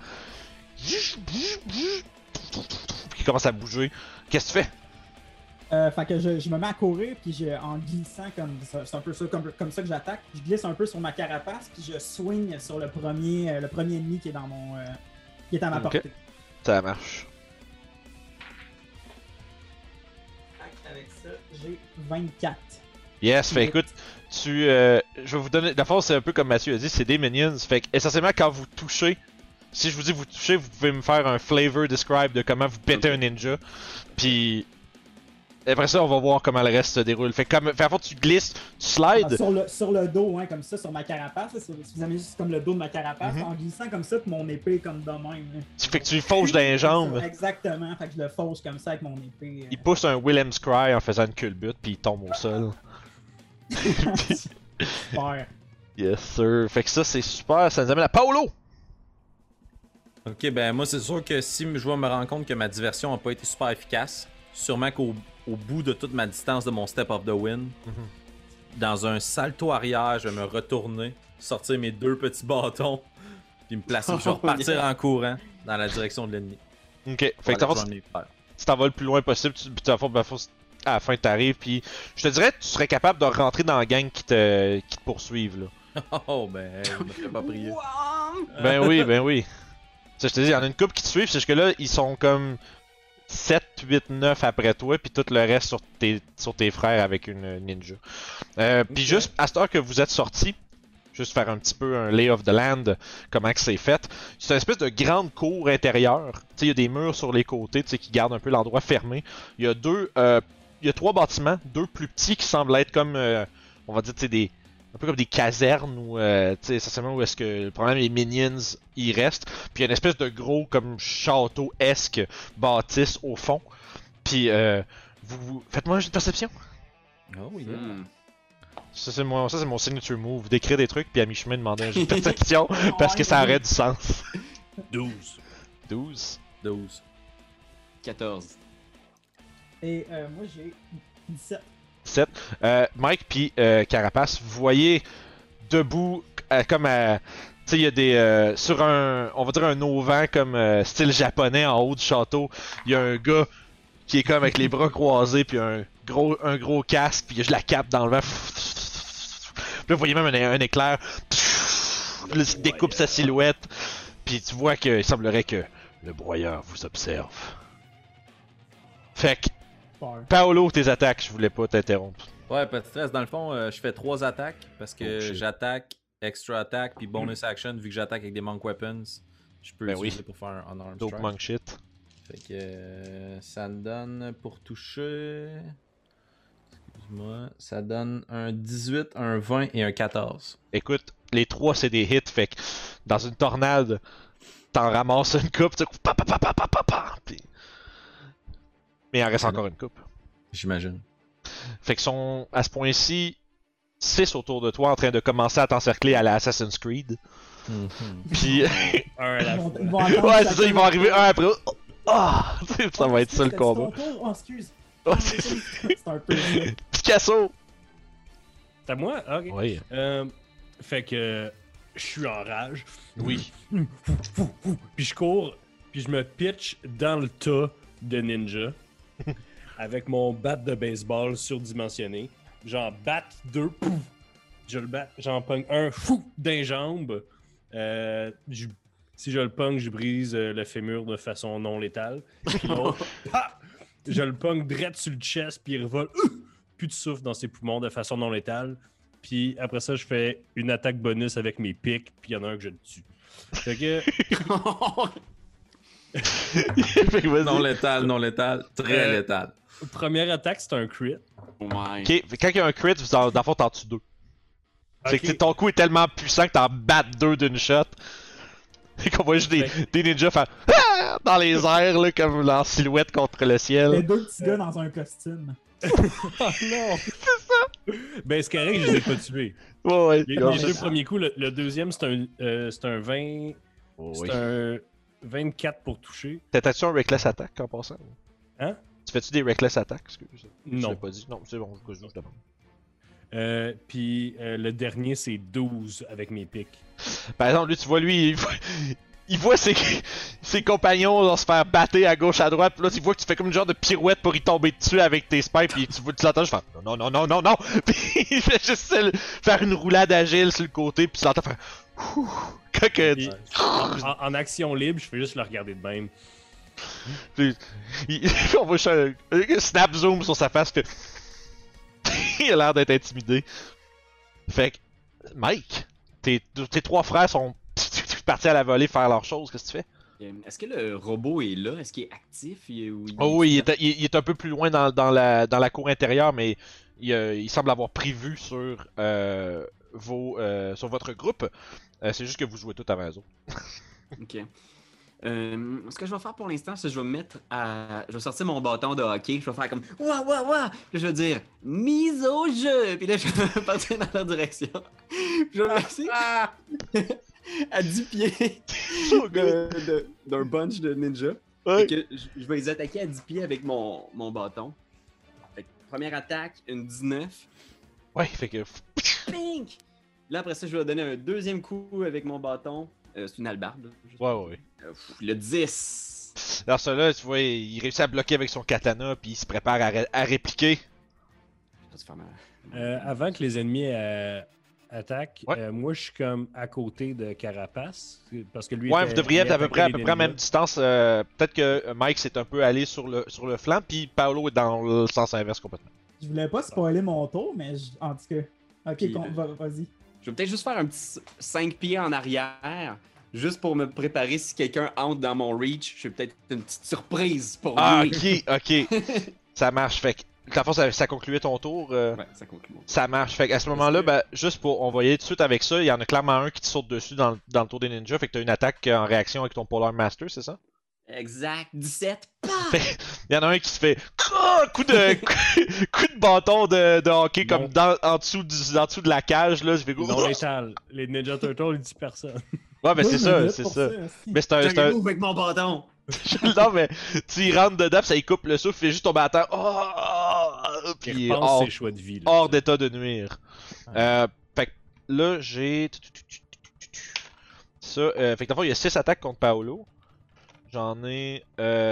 Qui commence à bouger. Qu'est-ce que tu fais? Fait que je me mets à courir, puis en glissant comme ça, c'est un peu ça, comme ça que j'attaque. Je glisse un peu sur ma carapace, puis je swing sur le premier ennemi qui est dans mon, qui est à ma Ok. portée. Ça marche. Avec ça, j'ai 24. Yes, fait écoute, je vais vous donner. La force, c'est un peu comme Mathieu a dit, c'est des minions. Fait que, essentiellement, quand vous touchez, si je vous dis vous touchez, vous pouvez me faire un flavor describe de comment vous pétez un ninja. Puis après ça, on va voir comment le reste se déroule. Fait que fait à fond, tu glisses, tu slides. Sur le dos, hein, comme ça, sur ma carapace. Là, si vous avez juste comme le dos de ma carapace, en glissant comme ça, puis mon épée comme de même. Là. Fait que tu lui fauches dans les jambes. Exactement, fait que je le fauche comme ça avec mon épée. Il pousse un Willem's Cry en faisant une culbute, puis il tombe au sol. Super. Yes, sir. Fait que ça, c'est super. Ça nous amène à Paolo! Ok, ben moi c'est sûr que si je vais me rendre compte que ma diversion n'a pas été super efficace, sûrement qu'au bout de toute ma distance de mon Step of the Wind, dans un salto arrière, je vais me retourner, sortir mes 2 petits bâtons, puis me placer, je vais repartir en courant dans la direction de l'ennemi. Ok. Fait que t'as Voilà, je vais m'y faire. tu t'en vas le plus loin possible, puis à la fin t'arrives, puis je te dirais que tu serais capable de rentrer dans la gang qui te poursuivent là. Oh ben, je me fais pas prier. Ben oui, ben oui. Ça, je te dis, il y en a une couple qui te suivent, c'est juste que là, ils sont comme 7, 8, 9 après toi, puis tout le reste sur tes frères avec une ninja. Puis juste, à cette heure que vous êtes sortis, juste faire un petit peu un lay of the land, comment que c'est fait. C'est une espèce de grande cour intérieure. Tu sais, il y a des murs sur les côtés, tu sais, qui gardent un peu l'endroit fermé. Il y a 3 bâtiments, 2 plus petits qui semblent être comme, on va dire, tu sais, un peu comme des casernes ou, tu sais, essentiellement où est-ce que le problème les minions y restent. Puis il y a une espèce de gros comme château-esque bâtisse au fond. Puis faites-moi un jeu de perception. Oh yeah. Ça c'est mon signature move. D'écrire des trucs puis à mi-chemin demander un jeu de perception parce que ça aurait du sens. 12. 12. 12. 14. Et moi, j'ai 17. 7. Mike puis Carapace, vous voyez debout comme tu sais, il y a des sur on va dire un auvent comme style japonais en haut du château, il y a un gars qui est comme avec les bras croisés puis un gros casque puis il y a juste la cape dans le vent. Puis là, vous voyez même un éclair. Puis là, il découpe sa silhouette. Puis tu vois qu'il semblerait que le broyeur vous observe. Fait que Super. Paolo, tes attaques, je voulais pas t'interrompre. Ouais, pas de stress. Dans le fond, je fais 3 attaques parce que Oh, shit. j'attaque, extra attack, puis bonus action. Vu que j'attaque avec des monk weapons, je peux Ben l'utiliser oui. pour faire un unarmed Dope strike. monk shit. Fait que ça me donne pour toucher. Excuse-moi. Ça donne un 18, un 20 et un 14. Écoute, les 3 c'est des hits, fait que dans une tornade, t'en ramasses une coupe, tu sais, pa, pa, pa, pa, pa, pa, pa, puis- mais il en reste encore une coupe. J'imagine. Fait que sont à ce point-ci 6 autour de toi en train de commencer à t'encercler à la Assassin's Creed. Puis Un à la Ils fois. vont attendre ouais, c'est chacun ça, ils vont leur arriver tour. un après l'autre. Ah, ça va être ça le C'était combat. ton tour? Oh, excuse. Ouais, c'est ça. C'est un peu ça. Picasso. C'est à moi? Ok. Oui. Fait que je suis en rage. Oui. Puis je cours, puis je me pitch dans le tas de ninja avec mon bat de baseball surdimensionné. J'en batte 2, pouf! Je le batte, j'en pogne un, fou, d'un jambe. Si je le pogne, je brise le fémur de façon non létale. Puis l'autre, pa! Je le pogne direct sur le chest, puis il revole. Plus de souffle dans ses poumons de façon non létale. Puis après ça, je fais une attaque bonus avec mes pics, puis il y en a un que je le tue. Fait que. Non létal, non létal, très létal. Première attaque, c'est un crit. Ouais. Ok, fait que quand il y a un crit, dans le fond, t'en tues 2. C'est que Ok. ton coup est tellement puissant que t'en battes 2 d'une shot. Et qu'on voit juste des ninjas faire ah! Dans les airs, là, comme en silhouette contre le Les ciel. 2 petits gars dans un costume. Oh non! Ben, c'est correct, je les ai pas tués. Ouais, Les ouais. deux premiers coups, le deuxième, c'est un 20. Oh, C'est oui. un 24 pour toucher. T'as-tu un Reckless Attack en passant? Hein? Tu fais-tu des Reckless Attack? Excuse, je Non. l'ai pas dit. Non, c'est bon, je demande. Puis le dernier, c'est 12 avec mes pics. Par exemple, lui, tu vois, il voit ses compagnons genre, se faire battre à gauche, à droite, pis là, tu vois que tu fais comme une genre de pirouette pour y tomber dessus avec tes spikes, pis tu l'entends, je fais non, non, non, non, non, pis il fait juste faire une roulade agile sur le côté, pis tu l'entends faire ouh, quand que Puis, en action libre, je fais juste le regarder de même. on voit juste un snap zoom sur sa face que il a l'air d'être intimidé. Fait que, Mike, tes 3 frères sont partis à la volée faire leurs choses, qu'est-ce que tu fais? Est-ce que le robot est là? Est-ce qu'il est actif? Oh oui, il est un peu plus loin dans la cour intérieure, mais il semble avoir prévu sur votre groupe. C'est juste que vous jouez tout avant eux autres. Ok. Ce que je vais faire pour l'instant, c'est que je vais me mettre à. Je vais sortir mon bâton de hockey. Je vais faire comme ouah ouah ouah. Puis je vais dire mise au jeu. Puis là, je vais partir dans leur direction. Puis je vais me laisser à 10 pieds d'un bunch de ninjas. Fait que je vais les attaquer à 10 pieds avec mon bâton. Fait que première attaque, une 19. Ouais, fait que. Pink! Là, après ça, je vais donner un deuxième coup avec mon bâton. C'est une hallebarde. Ouais. Le 10. Dans cela, tu vois, il réussit à bloquer avec son katana, puis il se prépare à répliquer. Ça va se faire mal. Avant que les ennemis attaquent, Ouais. moi je suis comme à côté de Carapace. Parce que lui Ouais, était- vous devriez il être à peu près attaquait à la les même ninjas. distance. Peut-être que Mike s'est un peu allé sur le flanc, puis Paolo est dans le sens inverse complètement. Je voulais pas spoiler mon tour, mais en tout cas. Ok, Puis, vas-y. Je vais peut-être juste faire un petit 5 pieds en arrière, juste pour me préparer si quelqu'un entre dans mon reach. Je vais peut-être une petite surprise pour Ah, lui. ok. Ça marche. Fait que, dans le fond, ça concluait ton tour. Ouais, ça conclut. Ça marche. Fait qu'à ce moment-là, ben, juste pour. On va y aller tout de suite avec ça. Il y en a clairement un qui te saute dessus dans le tour des ninjas. Fait que t'as une attaque en réaction avec ton Polar Master, c'est ça? Exact, 17. Fait il y en a un qui se fait coup de bâton de hockey comme en dessous de la cage là, je fais Non létal. Les Ninja Turtles, ils disent personne. Ouais, mais Moi, c'est je me ça, note c'est pour ça. aussi. Mais c'est un J'ai avec mon bâton. non mais tu y rentres dedans, pis ça y coupe le souffle, il fait juste tomber à terre. Puis Ils il est repensent ses choix de vie. Là, hors d'état de nuire. Fait que là, j'ai ça. Fait que dans le fond, il y a 6 attaques contre Paolo. J'en ai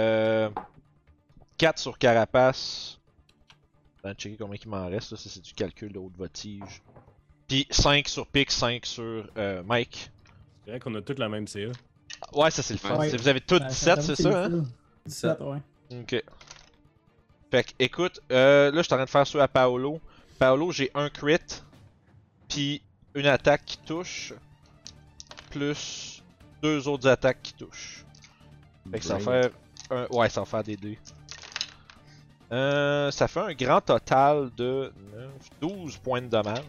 4 sur Carapace. Je vais checker combien il m'en reste. Là. Ça, c'est du calcul de haut de votre tige. Puis 5 sur Pic, 5 sur Mike. C'est vrai qu'on a tous la même CA. Ouais, ça c'est le fun. Ouais. Vous avez tous Ben, 17, c'est ça, hein? utile. 17, ouais. Ok. Fait que, écoute, là, je suis en train de faire ça à Paolo. Paolo, j'ai un crit, puis une attaque qui touche, plus 2 autres attaques qui touchent. Fait que ça va faire ouais, ça va faire des dés. Ça fait un grand total de 12 points de dommage.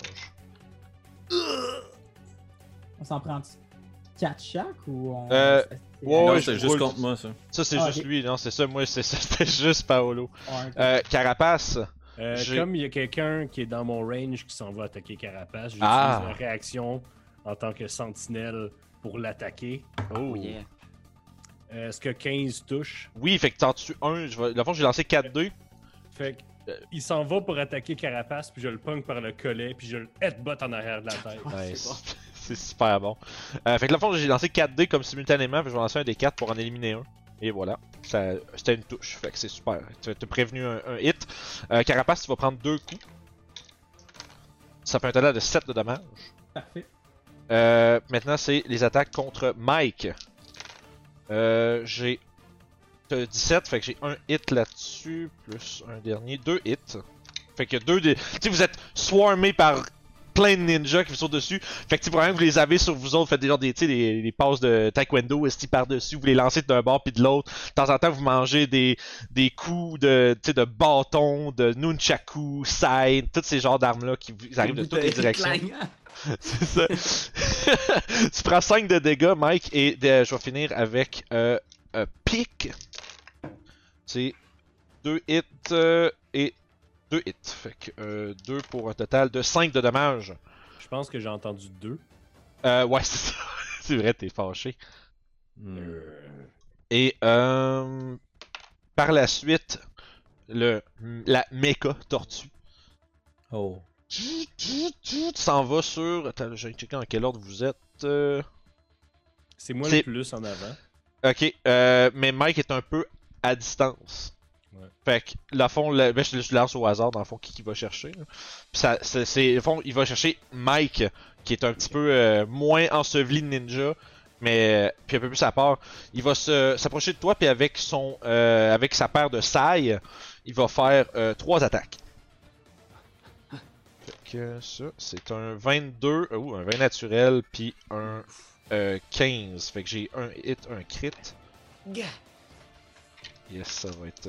On s'en prend 4 chaque ou on. Ouais, Non, ouais, c'est je juste roule. contre moi, ça. Ça, c'est Ah, juste ok. lui, non, c'est ça, moi, c'était juste Paolo. Ouais, Carapace. J'ai- Comme il y a quelqu'un qui est dans mon range qui s'en va attaquer Carapace, j'utilise Ah. la réaction en tant que sentinelle pour l'attaquer. Oh. Oh yeah. Est-ce que 15 touche? Oui, fait que t'en tues un. La fois, j'ai lancé 4-2. Fait que, il s'en va pour attaquer Carapace, puis je le punk par le collet, puis je le headbutt en arrière de la tête. Nice. C'est super bon. Fait que la fois, j'ai lancé 4 dés comme simultanément, puis je vais lancer un des 4 pour en éliminer un. Et voilà. C'était une touche, fait que c'est super. Tu t'as prévenu un hit. Carapace, tu vas prendre 2 coups. Ça fait un total de 7 de dommages. Parfait. Maintenant, c'est les attaques contre Mike. J'ai 17, fait que j'ai un hit là-dessus, plus un dernier, 2 hits. Fait que 2 des. Tu sais, vous êtes swarmé par plein de ninjas qui vous sautent dessus. Fait que probablement que vous les avez sur vous autres, faites des, genre des passes de taekwondo, esti par-dessus, vous les lancez d'un bord puis de l'autre. De temps en temps, vous mangez des coups de bâton, de nunchaku, sai, tous ces genres d'armes-là qui vous arrivent de toutes les directions. C'est ça. Tu prends 5 de dégâts, Mike, et je vais finir avec pic. C'est 2 hits et 2 hits. Fait que 2 pour un total de 5 de dommages. Je pense que j'ai entendu 2. Ouais, c'est ça. C'est vrai, t'es fâché. Et par la suite, la méca tortue. Oh. Tu s'en vas sur. Attends, j'ai checké dans quel ordre vous êtes. C'est moi C'est- le plus en avant. Ok, mais Mike est un peu à distance. Ouais. Fait que, la fond, ben, je lance au hasard, dans le fond, qui va chercher. Là. Puis ça, au fond, il va chercher Mike, qui est un petit peu moins enseveli de ninja, mais puis un peu plus à part. Il va s'approcher de toi, puis avec avec sa paire de sailles, il va faire 3 attaques. Fait que ça, c'est un 22, ou un 20 naturel, puis un 15. Fait que j'ai un hit, un crit. Yes, ça va être.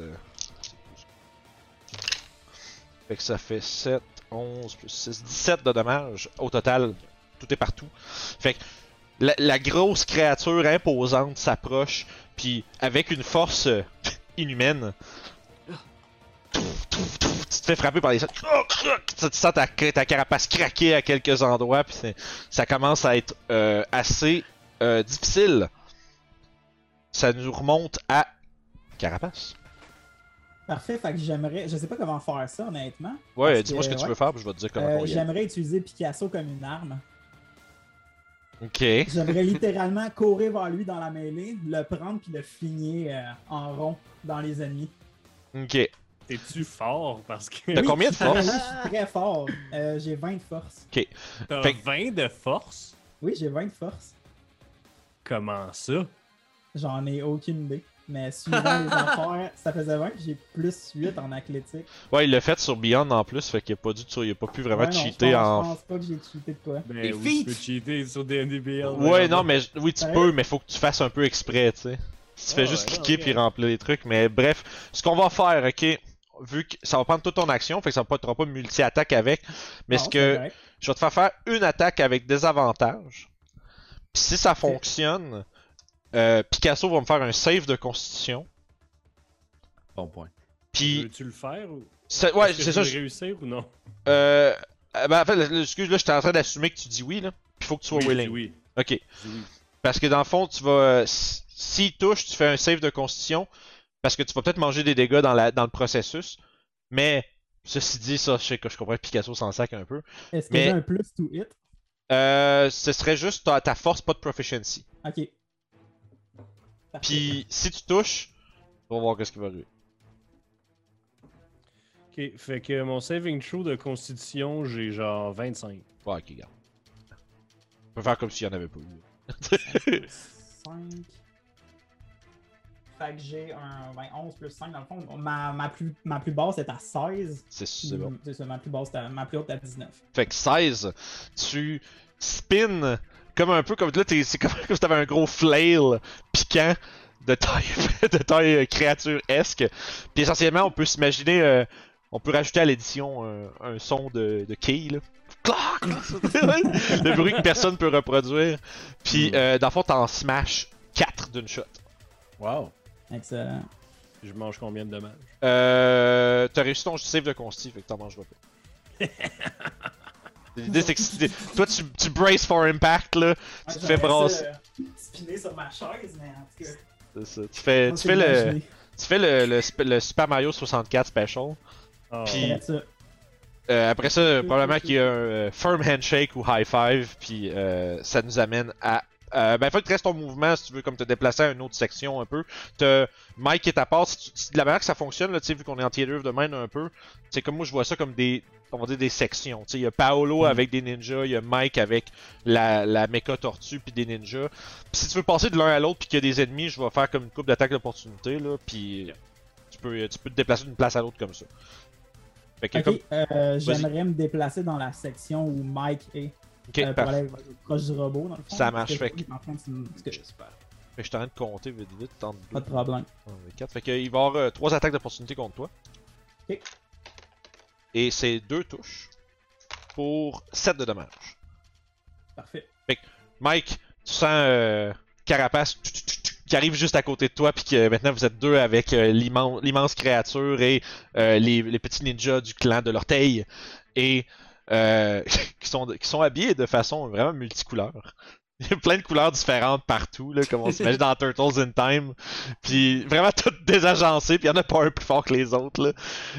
Fait que ça fait 7, 11 plus 6, 17 de dommages au total. Tout est partout. Fait que la grosse créature imposante s'approche, puis avec une force inhumaine, tu te fais frapper par les. Tu sens ta carapace craquer à quelques endroits, puis ça commence à être assez difficile. Ça nous remonte à Carapace. Parfait, fait que j'aimerais. Je sais pas comment faire ça, honnêtement. Ouais, Parce dis-moi ce que tu ouais. veux faire, puis je vais te dire comment on y est. J'aimerais utiliser Picasso comme une arme. Ok. J'aimerais littéralement courir vers lui dans la mêlée, le prendre puis le fligner en rond dans les ennemis. Ok. T'es-tu fort parce que T'as combien de force? Oui, je suis très fort. J'ai 20 de force. t'as Fait que- 20 de force? Oui, j'ai 20 de force. Comment ça? J'en ai aucune idée. Mais suivant les affaires, ça faisait 20, puis j'ai plus 8 en athlétique. Ouais, il l'a fait sur Beyond en plus, fait qu'il a pas il a pas pu vraiment Ouais, non, cheater je en. pense pas que j'ai cheaté de quoi. Ben Les oui, tu feats! peux cheater sur D&D Beyond. Ouais, non, mais oui, tu Sérieux? peux, mais faut que tu fasses un peu exprès, tu sais. Si tu fais Ah juste ouais, cliquer non, puis ok. remplir les trucs, mais bref, ce qu'on va faire, ok, vu que ça va prendre toute ton action, fait que ça va pas être pas multi-attaque avec, mais Non, ce c'est que correct. je vais te faire une attaque avec des avantages. Puis si ça fonctionne, Picasso va me faire un save de constitution. Bon point. Puis, Veux-tu le faire ou... ouais, Est-ce que c'est tu ça. veux réussir ou non? Ben, en fait, excuse, là, j'étais en train d'assumer que tu dis oui, là. Puis faut que tu sois Oui, willing. oui. Ok. Je dis oui. Parce que dans le fond, tu vas. S'il touche, tu fais un save de constitution. Parce que tu vas peut-être manger des dégâts dans le processus. Mais, ceci dit, ça, je sais que je comprends que Picasso s'en sac un peu. Est-ce que mais- j'ai un plus to hit? Ce serait juste ta force, pas de proficiency. Ok. Parfait. Puis, si tu touches, on va voir qu'est-ce qui va arriver. Ok, fait que mon saving throw de constitution, j'ai genre 25. Ouais, ok, regarde. On peut faire comme s'il y en avait pas eu. 5. Fait que j'ai un 11 plus 5 dans le fond. Ma plus basse est à 16. C'est bon. C'est ça, ma plus haute est à 19. Fait que 16, tu spins comme un peu comme là, c'est comme si t'avais un gros flail piquant de taille, de taille créature-esque. Puis essentiellement, on peut s'imaginer, on peut rajouter à l'édition un son de key là. Clac! Le bruit que personne peut reproduire. Puis dans le fond, t'en smash 4 d'une shot. Wow. Excellent. Je mange combien de dommages? T'as réussi ton save de consti, fait que t'en mangeras pas. L'idée c'est que toi tu brace for impact là, tu te fais brasser. Spinner sur ma chaise, mais en tout cas. C'est ça. Tu fais le Super Mario 64 special. Oh. Puis- Après ça, probablement qu'il y a un firm handshake ou high five, puis ça nous amène à Ben, en fait, il te reste ton mouvement si tu veux comme te déplacer à une autre section un peu. T'as Mike qui est à part. De la manière que ça fonctionne, là, vu qu'on est en tier 2 de même un peu, c'est comme moi je vois ça comme des, on va dire des sections. Il y a Paolo avec des ninjas, il y a Mike avec la méca tortue puis des ninjas. Pis si tu veux passer de l'un à l'autre puis qu'il y a des ennemis, je vais faire comme une coupe d'attaque d'opportunité là, puis tu peux te déplacer d'une place à l'autre comme ça. Fait que, Ok, comme... j'aimerais me déplacer dans la section où Mike est. Ok, Pour parfait. aller proche du robot, dans le fond. Ça marche, Parce que fait que- je suis en train de- parce que- J'espère. Fait que je suis en train de compter vite vite. Tente Pas de problème. 4. Fait qu'il va y avoir 3 attaques d'opportunité contre toi. Ok. Et c'est 2 touches pour 7 de dommages. Parfait. Mike, tu sens Carapace qui arrive juste à côté de toi, puis que maintenant vous êtes deux avec l'immense créature et les petits ninjas du clan de l'orteil. Et qui sont habillés de façon vraiment multicouleur. Il y a plein de couleurs différentes partout, là, comme on s'imagine dans Turtles in Time. Puis vraiment toutes désagencées, puis il y en a pas un plus fort que les autres. Là.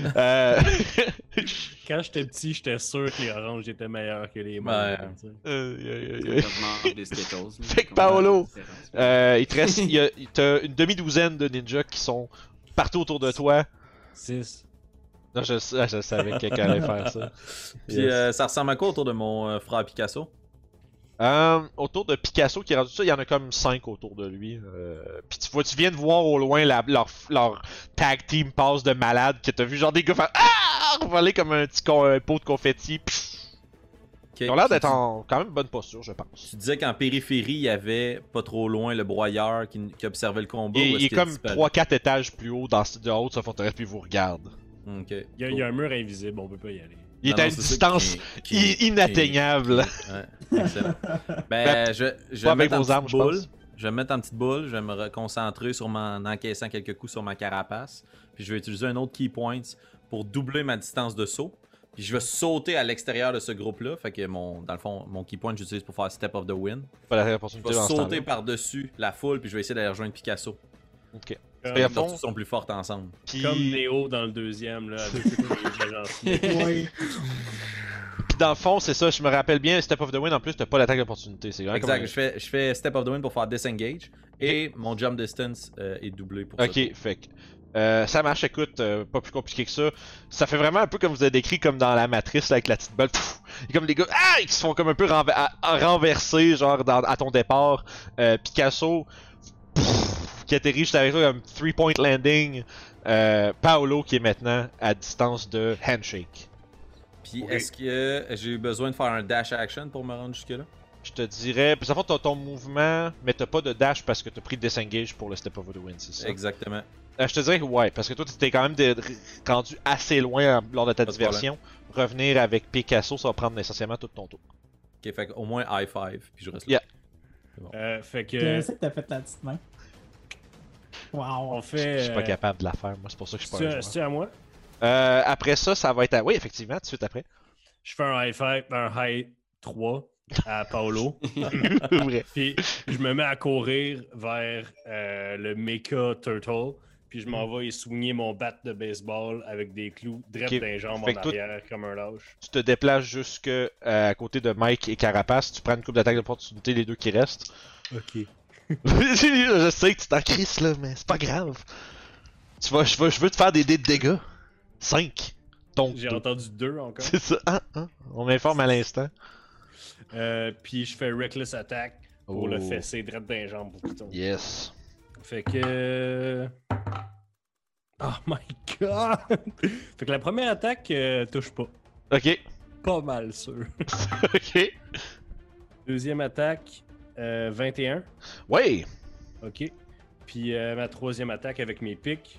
Quand j'étais petit, j'étais sûr que les oranges étaient meilleurs que les Ouais. mauves. tu sais. Quand je mange des Skittles. là, Fait que comme Paolo, la différence. il te reste, t'as une demi-douzaine de ninjas qui sont partout autour de toi. 6. Non, je savais que quelqu'un allait faire ça. Puis Yes. ça ressemble à quoi autour de mon frère Picasso? Autour de Picasso qui est rendu ça, il y en a comme 5 autour de lui. Puis tu viens de voir au loin leur tag team passe de malade que t'as vu genre des gars faire voler comme un petit un pot de confetti. Pff. Ok. Ils ont l'air Puis d'être en quand même bonne posture, je pense. Tu disais qu'en périphérie, il y avait pas trop loin le broyeur qui observait le combat. ou Il est-ce est qu'il a comme disparu? 3-4 étages plus haut de haut de sa forteresse puis il vous regarde. Ok. Il y a un mur invisible, on peut pas y aller. Il Non, est à non, une c'est ça distance inatteignable. Ouais, excellent. Ben, je vais pas me avec mettre en vos armes, petite je boule. pense. Je vais me mettre en petite boule. Je vais me concentrer sur en encaissant quelques coups sur ma carapace. Puis je vais utiliser un autre key point pour doubler ma distance de saut. Puis je vais sauter à l'extérieur de ce groupe-là. Fait que dans le fond, mon key point, j'utilise pour faire Step of the Wind. Pas la Je opportunité vais dans ce sauter temps-là. par-dessus la foule. Puis je vais essayer d'aller rejoindre Picasso. Ok. Comme, Et à Les fond, tortues sont plus fortes ensemble. puis... comme Néo dans le deuxième, là, avec les gentils. Oui. Puis dans le fond, c'est ça, je me rappelle bien, Step of the Wind, en plus, t'as pas l'attaque d'opportunité. C'est vraiment Exact. comme Je fais Step of the Wind pour faire Disengage. Et mon jump distance est doublé pour ça. Ok, fait que ça marche, écoute, pas plus compliqué que ça. Ça fait vraiment un peu comme vous avez décrit, comme dans la matrice là, avec la petite balle. Pfff, et comme les gars qui se font comme un peu renverser, genre à ton départ. Picasso, qui atterrit juste avec toi comme 3-point landing. Paolo qui est maintenant à distance de handshake. Puis Ok. est-ce que j'ai eu besoin de faire un dash action pour me rendre jusque-là? Je te dirais, puis à fond t'as ton mouvement, mais t'as pas de dash parce que t'as pris disengage pour le Step of the Wind, c'est ça? Exactement. Je te dirais que ouais, parce que toi, tu t'es quand même rendu assez loin lors de ta Pas de diversion. Revenir avec Picasso, ça va prendre essentiellement tout ton tour. Ok, fait au moins high five, puis je reste là. Yeah. Fait Je que. sais que t'as fait la petite main. Wow. On fait. Je suis pas capable de la faire, moi, c'est pour ça que je suis pas un joueur. C'est à moi? Après ça va être à... Oui, effectivement, tout de suite après. Je fais un high five, un high 3 à Paolo. Vrai. Puis je me mets à courir vers le Mecha Turtle. Puis je m'en vais y soigner mon bat de baseball avec des clous direct Ok. dans les jambes Fait en que toi- arrière comme un lâche. Tu te déplaces jusque à côté de Mike et Carapace, tu prends une coupe d'attaque d'opportunité, les deux qui restent. Ok. Je sais que tu t'en crisses là, mais c'est pas grave. Je veux te faire des dés de dégâts. 5. Donc J'ai 2. entendu 2 encore. C'est ça. On m'informe à l'instant. Puis je fais Reckless Attack pour le Oh. fesser direct dans les jambes pour qu'il tombe. Yes. Fait que. Oh my god! Fait que la première attaque touche pas. Ok. Pas mal sûr. Ok. Deuxième attaque, 21. Ouais. Ok. Puis ma troisième attaque avec mes pics.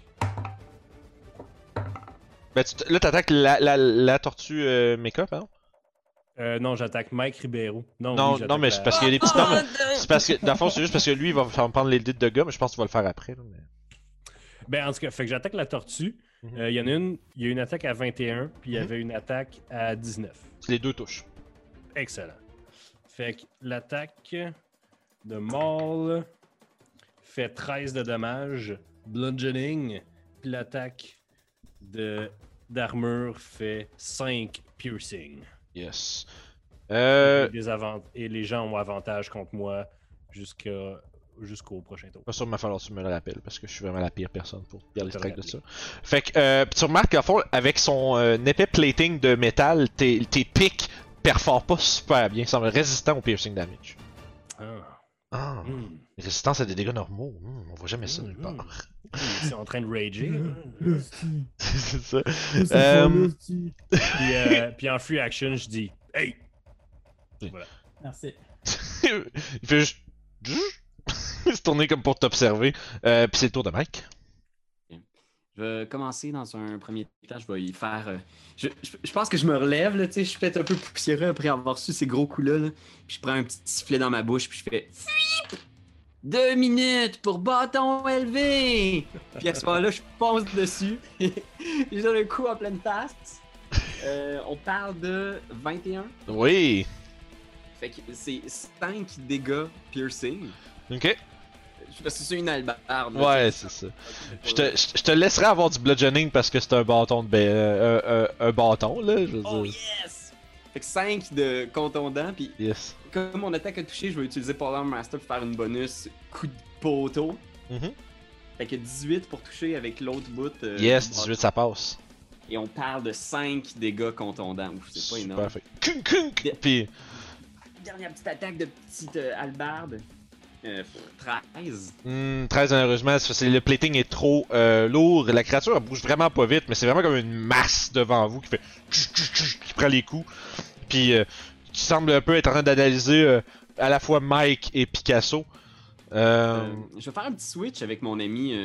Ben, là, t'attaques la tortue mecha, pardon? Non, j'attaque Mike Ribeiro. Non, oui, non, j'attaque mais la- c'est parce qu'il y a des petits noms. C'est parce que, dans le fond, c'est juste parce que lui, il va faire prendre les dés de gars, mais je pense que tu vas le faire après. Là, mais... Ben, en tout cas, fait que j'attaque la tortue. Mhm. Il y en a une, il y a une attaque à 21, puis il y Mhm. avait une attaque à 19. Les deux touches. Excellent. Fait que l'attaque de Maul fait 13 de dommages, bludgeoning, puis l'attaque d'armure fait 5 piercing. Yes. Et les gens ont avantage contre moi jusqu'au prochain tour. Pas sûr, il va falloir que tu me le rappelles parce que je suis vraiment la pire personne pour garder Je le te track de ça. rappelle. Fait que tu remarques qu'à fond, avec son épais plating de métal, tes pics perforent pas super bien, ils semblent résistants au piercing damage. Ah. Ah, Hmm. résistance à des dégâts normaux, on voit jamais ça nulle Hmm. part. C'est en train de rager. C'est ça. Puis en free action, je dis hey! Merci. Il fait juste. Il se tourner comme pour t'observer. Puis c'est le tour de Mike. Je vais commencer dans un premier temps. Je vais y faire. Je pense que je me relève, là, tu sais. Je suis peut-être un peu poussiéreux après avoir reçu ces gros coups-là. Là. Puis je prends un petit sifflet dans ma bouche, puis je fais. 2 minutes pour bâton élevé! Puis à ce moment-là, je fonce dessus. Je donne un coup en pleine face. On parle de 21. Oui. Fait que c'est 5 dégâts piercing. Ok. Parce que c'est une hallebarde. Ouais, c'est ça. Je te laisserai avoir du bludgeoning parce que c'est un bâton de un bâton, là. Je veux Oh dire. yes! Fait que 5 de contondant, puis Yes. comme mon attaque a touché, je vais utiliser Polar Master pour faire une bonus coup de poteau. Mhm. Fait que 18 pour toucher avec l'autre bout. Yes, du 18 ça passe. bâton. Et on parle de 5 dégâts contondants. Ouf, c'est pas énorme. Super, fait. Kunk, kunk. Puis, Dernière petite attaque de petite hallebarde. 13. 13 malheureusement, le plating est trop lourd. La créature elle bouge vraiment pas vite, mais c'est vraiment comme une masse devant vous qui fait. Qui prend les coups. Puis, qui semble un peu être en train d'analyser à la fois Mike et Picasso. Je vais faire un petit switch avec mon ami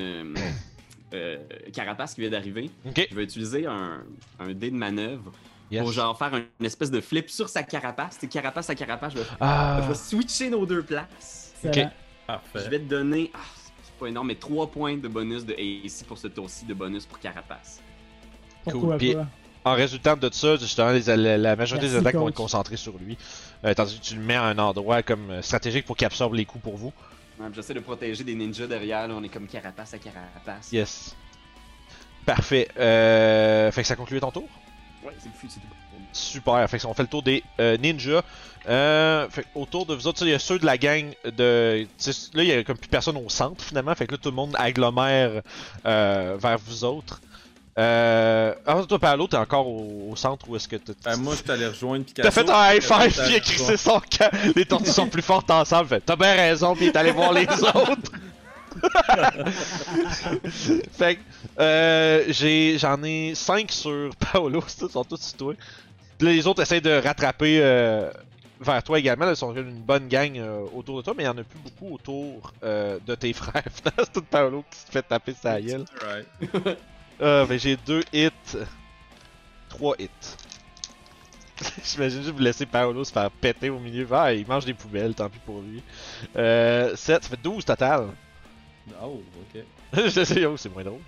Carapace qui vient d'arriver. Ok. Je vais utiliser un dé de manœuvre Yes. pour genre faire une espèce de flip sur sa carapace. C'est carapace à carapace. Je vais Ah. switcher nos deux places. Excellent. Je Parfait. vais te donner, c'est pas énorme, mais 3 points de bonus de AC pour ce tour-ci de bonus pour carapace. Pourquoi Puis- pas? En résultant de ça, justement, la majorité des Merci, attaques vont coach. être concentrées sur lui. Tandis que tu le mets à un endroit comme stratégique pour qu'il absorbe les coups pour vous. Ouais, J'essaie de protéger des ninjas derrière, là, on est comme carapace à carapace. Yes. Parfait. Fait que ça conclut ton tour. Ouais, c'est le fut, c'est tout. Super. Fait que on fait le tour des ninjas. Fait que autour de vous autres, il y a ceux de la gang de. Là, il y a comme plus personne au centre finalement. Fait que là, tout le monde agglomère vers vous autres. Toi, Paolo, t'es encore au centre ou est-ce que t'as. Moi, je t'allais rejoindre Picasso. T'as fait un high five T'as pis il a crissé son camp. Les tortues sont plus fortes ensemble. Fait, t'as bien raison pis il est allé voir les autres. Fait que j'en ai 5 sur Paolo, ils sont tous sur toi. Puis là, les autres essayent de rattraper vers toi également. Là, ils sont une bonne gang autour de toi, mais il y en a plus beaucoup autour de tes frères. C'est tout Paolo qui se fait taper sa gueule. Alright. Ben, j'ai 2 hits. 3 hits. J'imagine juste vous laisser Paolo se faire péter au milieu. Ah, il mange des poubelles, tant pis pour lui. 7, ça fait 12 total. Oh, ok. Je sais, oh, c'est moins drôle.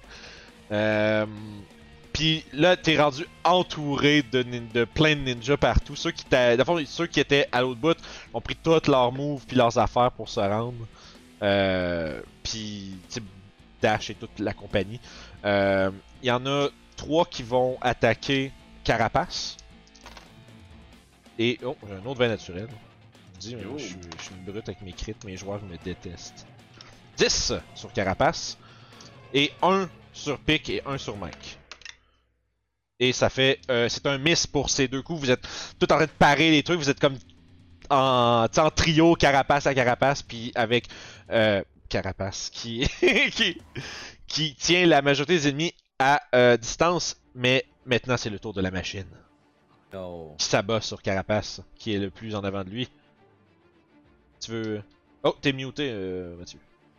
Puis là, t'es rendu entouré de plein de ninjas partout. Ceux qui étaient à l'autre bout ont pris toutes leurs moves puis leurs affaires pour se rendre. Puis, tu sais, Dash et toute la compagnie. Il y en a 3 qui vont attaquer Carapace. Et, oh, j'ai un autre vin naturel. Je dis, Oh. je suis une brute avec mes crits, mes joueurs me détestent. 10 sur Carapace. Et 1 sur Pic et 1 sur Mike. Et ça fait. C'est un miss pour ces deux coups. Vous êtes tout en train de parer les trucs. Vous êtes comme en trio, Carapace à Carapace. Puis avec Carapace qui, qui tient la majorité des ennemis à distance. Mais maintenant, c'est le tour de la machine. Oh. Qui s'abat sur Carapace, qui est le plus en avant de lui. Tu veux. Oh, t'es muté, Mathieu.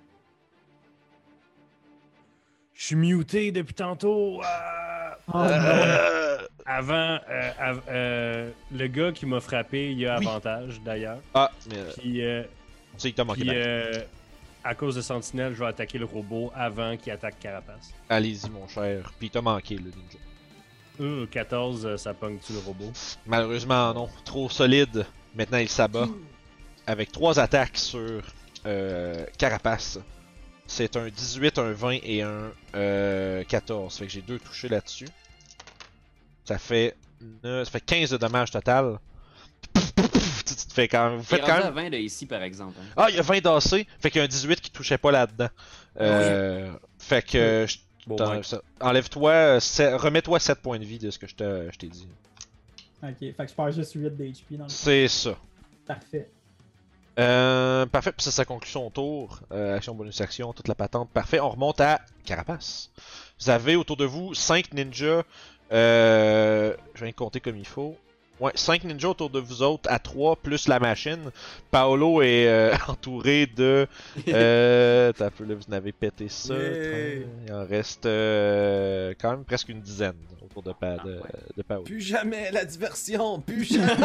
Je suis muté depuis tantôt. Oh, non. Avant, le gars qui m'a frappé, il a Oui. avantage d'ailleurs. Ah, mais. Puis, Tu sais, il t'a manqué. puis Mike. à cause de Sentinelle, je vais attaquer le robot avant qu'il attaque Carapace. Allez-y, mon cher. Puis il t'a manqué, le ninja. 14, ça pogne-tu le robot? Malheureusement, non. Trop solide. Maintenant, il s'abat. Avec 3 attaques sur Carapace. C'est un 18, un 20 et un 14. Fait que j'ai 2 touchés là-dessus. Ça fait 15 de dommages total. Tu tu te fais quand même. Vous Il est faites quand rendu à même. 20 de ici, par exemple. Hein. Ah, il y a 20 d'AC, fait qu'il y a un 18 qui touchait pas là-dedans. Fait que. Bon, t'en- ouais. Enlève-toi, remets-toi 7 points de vie de ce que je t'ai dit. Ok, fait que je perds juste 8 d'HP dans le C'est ça. Parfait. Parfait, puis ça conclut son tour. Action, bonus action, toute la patente. Parfait, on remonte à Carapace. Vous avez autour de vous 5 ninjas. Je viens de compter comme il faut. Ouais, 5 ninjas autour de vous autres à 3 plus la machine. Paolo est entouré de. T'as un peu là, vous n'avez pété ça. Yeah. Il en reste quand même presque une dizaine autour de Paolo. Plus jamais la diversion, plus jamais.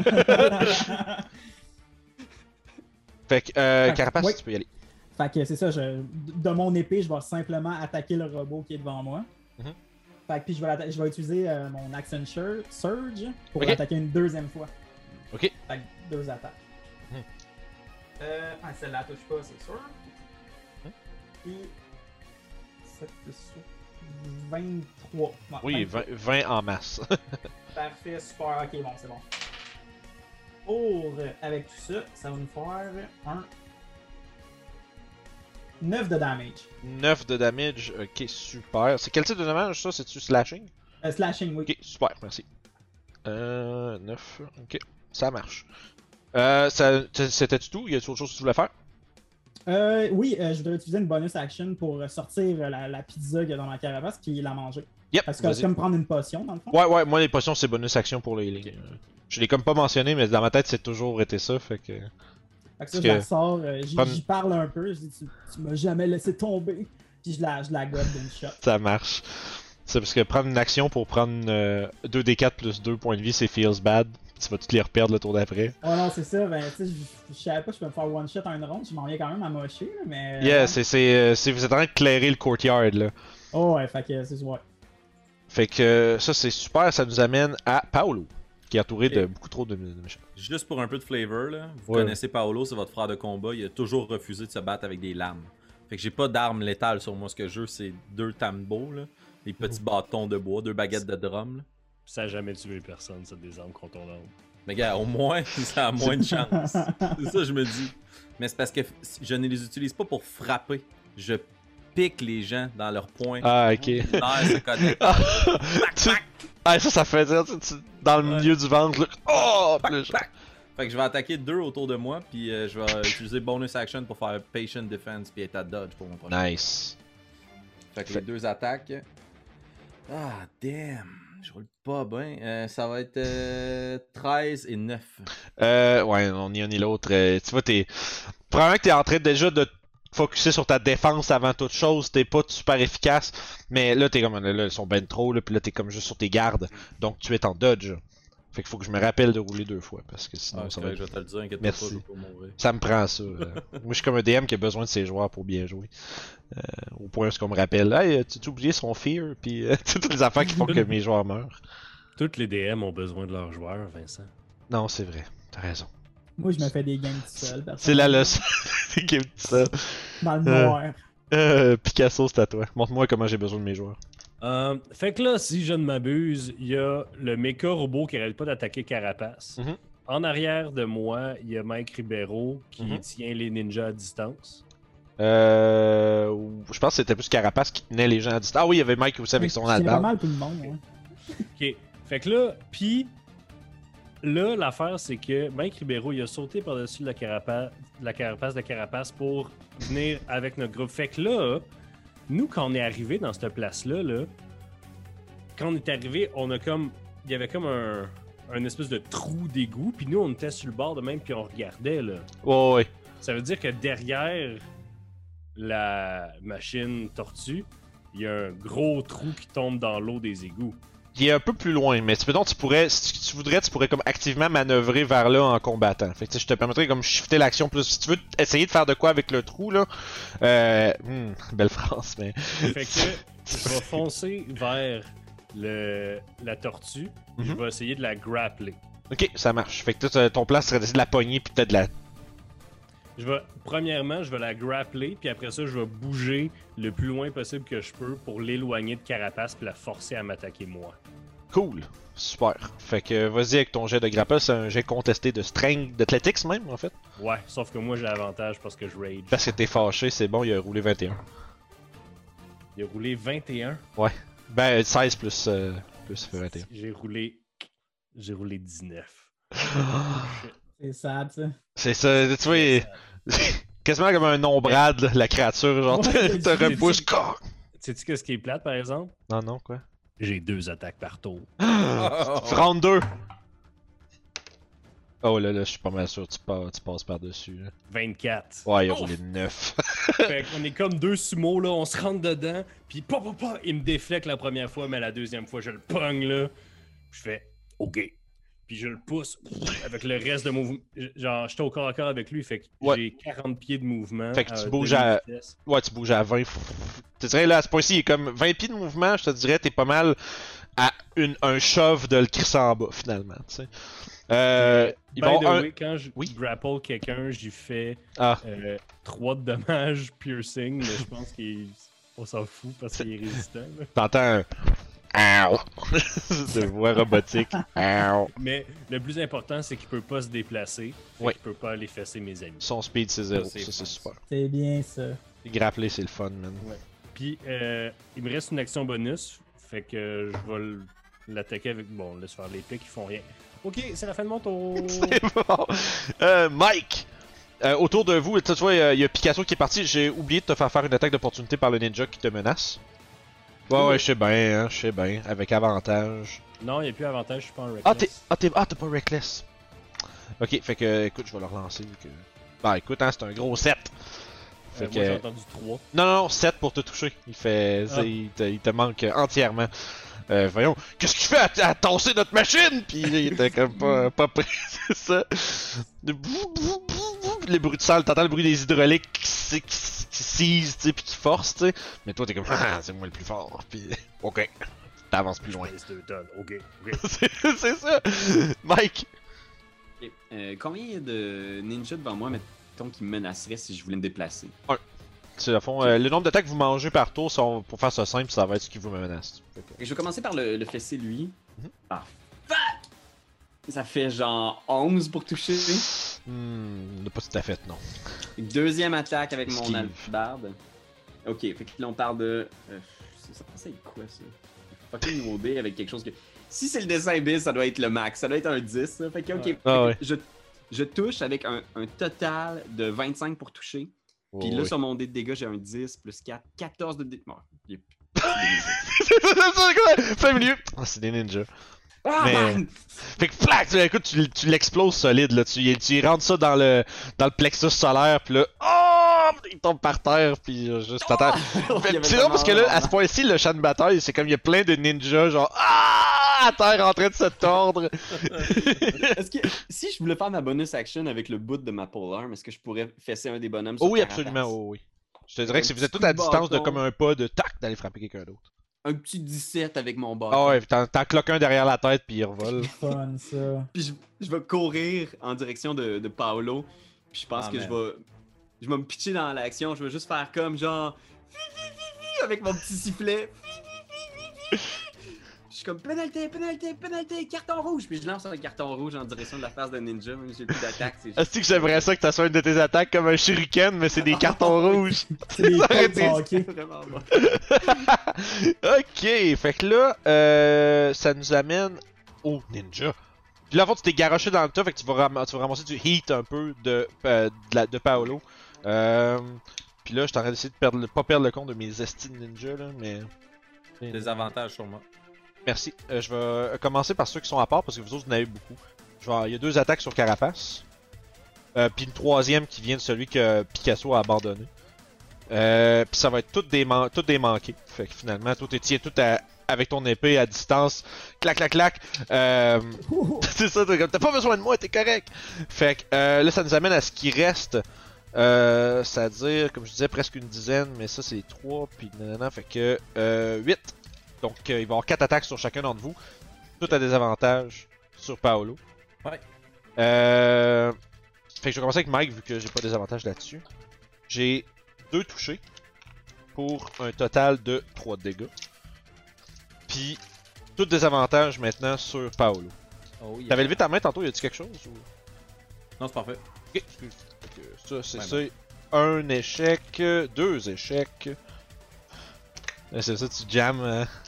Fait que Carapace, ouais. tu peux y aller. Fait que c'est ça, de mon épée, je vais simplement attaquer le robot qui est devant moi. Mhm. Fait que puis je vais utiliser mon Action Surge pour Ok. l'attaquer une deuxième fois. Ok. Fait que 2 attaques. Mhm. Celle-là touche pas, c'est sûr. Mhm. Puis 7 plus 23. Ouais, Oui, 23. 20 en masse. Parfait, super. Ok, bon, c'est bon. Pour, avec tout ça, ça va nous faire un 9 de damage. 9 de damage, ok, super. C'est quel type de damage ça? C'est-tu slashing? Slashing, oui. Ok, super, merci. 9, ok, ça marche. C'était-tu tout? Y a-t-il autre chose que tu voulais faire? Oui, je voudrais utiliser une bonus action pour sortir la pizza qu'il y a dans ma carapace puis la manger. Yep, Parce que c'est vas-y. comme prendre une potion dans le fond. Ouais, moi les potions c'est bonus action pour le healing. Je l'ai comme pas mentionné, mais dans ma tête c'est toujours été ça, fait que. Fait que ça, Parce je que- la sors, Prendre- j'y parle un peu, je dis tu m'as jamais laissé tomber. Puis je la gobe d'une shot. Ça marche. C'est parce que prendre une action pour prendre 2d4 plus 2 points de vie, c'est feels bad. Tu vas toutes les reperdre le tour d'après. Oh non, c'est ça, ben tu sais, je savais pas que je peux me faire one shot en une ronde, je m'en viens quand même à mocher, là, mais. Yeah, c'est vous êtes en train de clairer le courtyard là. Oh ouais, fait que c'est ouais. Fait que ça c'est super, ça nous amène à Paolo, qui est entouré de beaucoup trop de méchants. Juste pour un peu de flavor, là, vous Ouais. connaissez Paolo, c'est votre frère de combat, il a toujours refusé de se battre avec des lames. Fait que j'ai pas d'armes létales sur moi, ce que je veux, c'est 2 tambours, là, des petits bâtons de bois, 2 baguettes de drum. Là. Ça a jamais tué personne, ça, des armes contre ton arme. Mais gars, au moins, ça a moins de chance. C'est ça, je me dis. Mais c'est parce que je ne les utilise pas pour frapper. Je pique les gens dans leurs poings. Ah ok. L'air se connecte. Ah ça fait dire, dans le Ouais. milieu du ventre là. Oh! Puis là, je- Fait que je vais attaquer 2 autour de moi, puis je vais utiliser bonus action pour faire patient defense puis état dodge pour mon prochain. Nice. Fait que les 2 attaques. Ah, damn. Je roule pas bien. Ça va être 13 et 9. Ouais, on ni un ni l'autre. Tu vois, probablement que t'es en train déjà de te focusser sur ta défense avant toute chose. T'es pas super efficace. Mais là, t'es comme. Là, ils sont ben trop, là. Puis là, t'es comme juste sur tes gardes. Donc, tu es en dodge. Fait qu'il faut que je me rappelle de rouler 2 fois. Parce que sinon, Ah, ça c'est va vrai, je vais te le dire, inquiète-toi pas, Merci. je vais pas mourir. Ça me prend ça. Moi, je suis comme un DM qui a besoin de ses joueurs pour bien jouer. Au point où on me rappelle, hey, tu oublié son fear, puis toutes les affaires qui font que mes joueurs meurent. Toutes les DM ont besoin de leurs joueurs, Vincent. Non, c'est vrai. T'as raison. Moi je me fais des games tout seul. C'est la personnellement. leçon. C'est qui me dit ça. Dans le noir. Picasso, c'est à toi. Montre-moi comment j'ai besoin de mes joueurs. Fait que là, si je ne m'abuse, il y a le méca robot qui arrête pas d'attaquer Carapace. Mhm. En arrière de moi, il y a Mike Ribeiro qui Mhm. tient les ninjas à distance. Je pense que c'était plus Carapace qui tenait les gens à distance. Ah oui, il y avait Mike aussi avec son C'est pas album. mal tout le monde. Hein. Ok. Fait que là, puis là, l'affaire, c'est que Mike Ribeiro, il a sauté par-dessus la carapace de Carapace pour venir avec notre groupe. Fait que là, nous, quand on est arrivé dans cette place-là, là, quand on est arrivé, on a comme. Il y avait comme un espèce de trou d'égout, puis nous, on était sur le bord de même, puis on regardait, là. Ouais, ouais. Ça veut dire que derrière la machine tortue, il y a un gros trou qui tombe dans l'eau des égouts. Il est un peu plus loin, mais tu pourrais, si tu voudrais, tu pourrais comme activement manœuvrer vers là en combattant. Fait que tu sais, je te permettrais comme shifter l'action plus. Si tu veux essayer de faire de quoi avec le trou là, belle phrase, mais. Fait que je vais foncer vers la tortue. Je Mhm. vais essayer de la grappler. Ok, ça marche. Fait que toi, ton plan serait d'essayer de la pogner puis peut-être de la. Premièrement, je vais la grappler, puis après ça, je vais bouger le plus loin possible que je peux pour l'éloigner de Carapace puis la forcer à m'attaquer moi. Cool. Super. Fait que vas-y avec ton jet de grapple, c'est un jet contesté de strength, d'athletics même en fait. Ouais, sauf que moi j'ai l'avantage parce que je rage. Parce que t'es fâché, c'est bon, il a roulé 21. Il a roulé 21. Ben 16 plus, plus ça fait 21. J'ai roulé 19. C'est sad, ça. C'est ça, tu vois, quasiment comme un ombrade, là, la créature, genre, Ouais, te repousse. Sais-tu qu'est-ce qui est plate par exemple? Non, non, quoi. J'ai 2 attaques par tour. Round 2! Oh là là, je suis pas mal sûr que tu passes par-dessus. 24. Ouais, il a Ouf! roulé 9. Fait qu'on est comme 2 sumo là, on se rentre dedans, pis il me déflecte la première fois, mais la deuxième fois je le pogne là. Je fais OK. Puis je le pousse avec le reste de mouvement. Genre, j'étais au corps à corps avec lui, fait que Ouais. j'ai 40 pieds de mouvement. Fait que tu bouges à- demi-vitesse. Ouais, tu bouges à 20. Tu dirais là, à ce point-ci, il est comme 20 pieds de mouvement, je te dirais, t'es pas mal à un shove de le crisser en bas, finalement, tu sais. Il va By y the avoir un... way, quand je Oui. grapple quelqu'un, j'y fais Ah, 3 de dommages piercing, mais je pense qu'on s'en fout parce qu'il est résistant. là. t'entends un... Ow! de voix robotique. Ow! Mais le plus important, c'est qu'il peut pas se déplacer. Fait Ouais. qu'il peut pas aller fesser mes amis. Son speed, c'est 0. Ça, c'est Ça, c'est fun. super. C'est bien, ça. Et grappler, c'est le fun, man. Puis, il me reste une action bonus. Fait que je vais l'attaquer avec. Bon, laisse faire l'épée qui font rien. Ok, c'est la fin de mon tour. C'est bon. Mike! Autour de vous, tu vois, il y a Picasso qui est parti. J'ai oublié de te faire une attaque d'opportunité par le ninja qui te menace. Ouais, je sais bien, hein, je sais bien. Avec avantage. Non, il n'y a plus avantage, je suis pas en reckless. T'es pas reckless. Ok, fait que, écoute, je vais le relancer. Vu que... Bah, écoute, hein, c'est un gros 7. Fait Moi, que... j'ai entendu 3. Non, 7 pour te toucher. Il fait. Ah. Il te manque entièrement. Voyons, qu'est-ce qu'il fait à tasser notre machine? Puis il était comme pas prêt, c'est ça. Les bruits de salle, t'entends le bruit des hydrauliques qui seizent, tu sais, pis qui forcent, tu sais. Mais toi, t'es comme, ah, c'est moi le plus fort. Puis, ok, t'avances plus loin. 2 tonnes, ok. c'est ça. Mike, Ok. Combien de ninjas devant moi, mettons, qui me menaceraient si je voulais me déplacer? c'est à fond, le nombre d'attaques que vous mangez par tour, pour faire ça simple, ça va être ce qui vous menace. Et je vais commencer par le fesser lui. Mhm. Ah, fuck! Ça fait genre 11 pour toucher. Pas tout à fait, non. Deuxième attaque avec mon Esquive. albarde. Ok, fait que là on parle de. Ça pensait être quoi ça? Fucking nouveau dé avec quelque chose que. Si c'est le dessin bis, ça doit être le max. Ça doit être un 10. Ça. Fait que, ok. Ouais. Fait Ah que ouais. je touche avec un total de 25 pour toucher. Puis là, oui. sur mon dé de dégâts, j'ai un 10 plus 4, 14 de dé. Bon, il est... c'est quoi? Fin milieu. Ah, c'est des ninjas. Ah, Mais- man! Fait que flac, écoute, tu l'exploses solide là, tu y rentres ça dans le plexus solaire, puis là, oh, il tombe par terre, puis juste t'attends. Oh, il y avait C'est drôle parce que là, tellement- à ce point-ci, le champ de bataille, c'est comme il y a plein de ninjas genre à terre en train de se tordre. Est-ce que si je voulais faire ma bonus action avec le bout de ma polearm, est-ce que je pourrais fesser un des bonhommes sur Oh oui, Carapace? absolument, oh oui. Je te dirais que si vous êtes petit tous à coup de distance de bâton. comme un pas de tac d'aller frapper quelqu'un d'autre. Un petit 17 avec mon bâton. Ah ouais, puis t'en cloques un derrière la tête puis il revole. Fun, ça. Puis je vais courir en direction de Paolo. Puis je pense Ah, que man. je vais me pitcher dans l'action. Je vais juste faire comme genre avec mon petit sifflet. Je suis comme pénalité, carton rouge. Puis je lance un carton rouge en direction de la face de ninja. Même si j'ai plus d'attaque. C'est Est-ce que j'aimerais ça que ça soit une de tes attaques comme un shuriken, mais c'est des cartons rouges? C'est des Ça aurait codes de été- hockey. vraiment bon. Ok, fait que là, ça nous amène au ninja. Puis là, en fait, tu t'es garoché dans le tas, fait que tu vas ramasser du heat un peu de Paolo. Puis là, je suis en train d'essayer de pas perdre le compte de mes esti de ninja, là, mais... Des avantages sur moi. Merci. Je vais commencer par ceux qui sont à part, parce que vous autres, vous en avez beaucoup. Il y a 2 attaques sur Carapace. Puis une troisième qui vient de celui que Picasso a abandonné. Puis ça va être toutes des manquées. Fait que finalement, toi, tu tiens tout avec ton épée à distance. Clac, clac, clac. C'est ça, t'as pas besoin de moi, t'es correct. Fait que là, ça nous amène à ce qui reste. C'est-à-dire, comme je disais, presque une dizaine, mais ça, c'est 3. Puis nanana, fait que 8. Donc, il va y avoir 4 attaques sur chacun d'entre vous. Tout à des avantages sur Paolo. Ouais. Fait que je vais commencer avec Mike vu que j'ai pas des avantages là-dessus. J'ai 2 touchés pour un total de 3 de dégâts. Puis Tout désavantage maintenant sur Paolo. Oh, yeah. T'avais levé ta main tantôt, y a-tu quelque chose ou... Non, c'est parfait. Ok, excuse. Fait que ça, c'est Ouais, ça. Un échec, 2 échecs. C'est ça, tu jammes.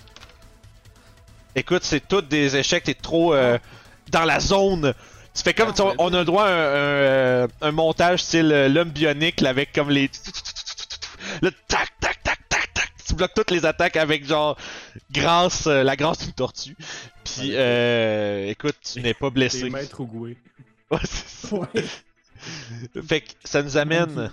Écoute, c'est tous des échecs, t'es trop dans la zone. Tu fais comme, on a le droit à un montage style l'homme bionique là, avec comme les... Le tac, tac, tac, tac, tac. Tu bloques toutes les attaques avec genre la grâce d'une tortue. Puis, écoute, tu n'es pas blessé. T'es maître Ougoué. Ouais, c'est ça. Ouais. Fait que ça nous amène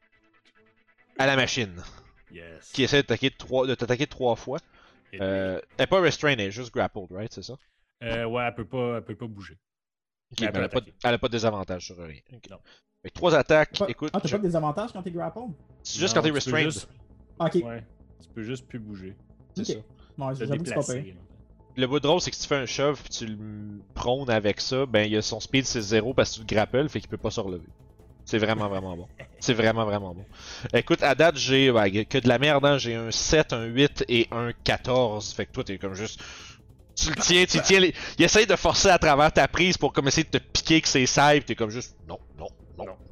à la machine Yes. qui essaie de t'attaquer 3 fois. Elle est pas restrained, elle est juste grappled, right? C'est ça? Ouais, elle peut pas bouger. Ok, Mais mais elle peut elle a pas de désavantage sur rien. Ok. Non. Fait que 3 attaques, Pas- écoute. Ah, t'as pas de désavantage quand t'es grappled? C'est juste Non, quand t'es tu peux restrained. juste- Ok. Ouais. Tu peux juste plus bouger. C'est Ok. ça. Bon, Te j'avoue que c'est pas pire. déplacer. Le bout drôle, c'est que si tu fais un shove puis tu le prônes avec ça, ben il a son speed c'est 0 parce que tu le grapples, fait qu'il peut pas se relever. C'est vraiment vraiment bon. C'est vraiment vraiment bon. Écoute, à date, j'ai que de la merde, hein. J'ai un 7, un 8 et un 14. Fait que toi, t'es comme juste. Tu le tiens, tu tiens. Il essaye de forcer à travers ta prise pour comme essayer de te piquer avec ses sailles, t'es comme juste. Non, non, non. Non.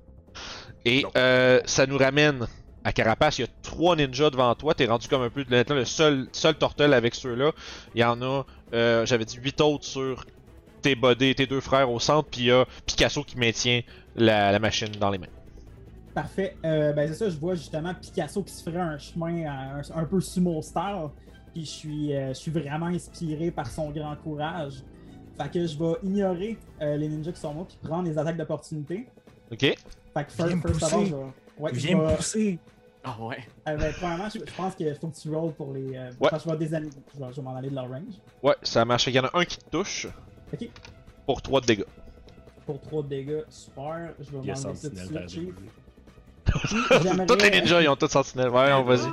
Et Non. ça nous ramène à Carapace. Il y a 3 ninjas devant toi. T'es rendu comme un peu maintenant le seul tortel avec ceux-là. Il y en a, j'avais dit 8 autres sur tes bodés, tes 2 frères au centre. Puis il y a Picasso qui maintient la machine dans les mains. Parfait. Ben c'est ça, je vois justement Picasso qui se ferait un chemin un peu sumo style. Puis je suis vraiment inspiré par son grand courage. Fait que je vais ignorer les ninjas qui sont morts puis prendre les attaques d'opportunité. Ok? Fait que Viens me first of all, pousser. je vais... Ouais, je Viens me vais- pousser. Ah ouais. ben, premièrement, je pense qu'il faut que tu rolls pour les... Ouais. Parce que je vais m'en aller de leur range. Ouais, ça marche. Il y en a un qui te touche Ok. pour 3 de dégâts. Pour 3 de dégâts, super. Je vais Il y a m'enlever ça tout de Sentinelle, suite, t'as Chief. bougé. Puis, j'aimerais- Tous les ninjas, ils ont tous sentinelle. Ouais, on vas-y.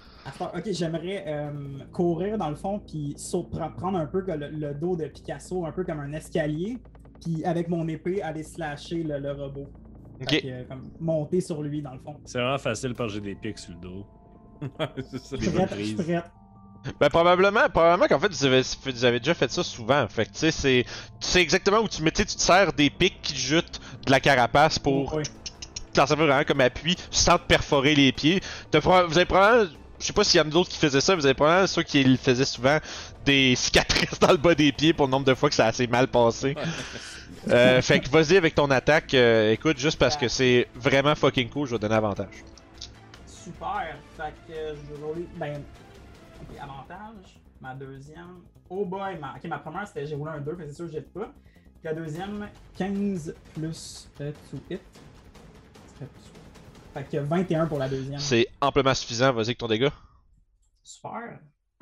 Ok, j'aimerais courir dans le fond, puis prendre un peu le dos de Picasso, un peu comme un escalier, puis avec mon épée, aller slasher le robot. Fait Ok. que, comme monter sur lui dans le fond. C'est vraiment facile parce que j'ai des pics sur le dos. C'est ça. Je suis prête, je suis prête. Ben probablement qu'en fait vous avez déjà fait ça souvent. Fait que tu sais exactement où tu mets, tu te sers des pics qui jutent de la carapace pour Ouais. t'en servir vraiment comme appui sans te perforer les pieds. Vous avez probablement, je sais pas s'il y en a d'autres qui faisaient ça, mais vous avez probablement ceux qui le faisaient souvent des cicatrices dans le bas des pieds pour le nombre de fois que ça a assez mal passé. Fait que vas-y avec ton attaque. Écoute, juste parce que c'est vraiment fucking cool, je vais donner avantage. Super. Fait que je vais rouler. Ben, ok, avantage. Ma deuxième. Oh boy, ma première c'était j'ai roulé un 2, fait que c'est sûr que je jette pas. Puis la deuxième, 15 plus to hit. Fait que 21 pour la deuxième. C'est amplement suffisant, vas-y avec ton dégât. Super.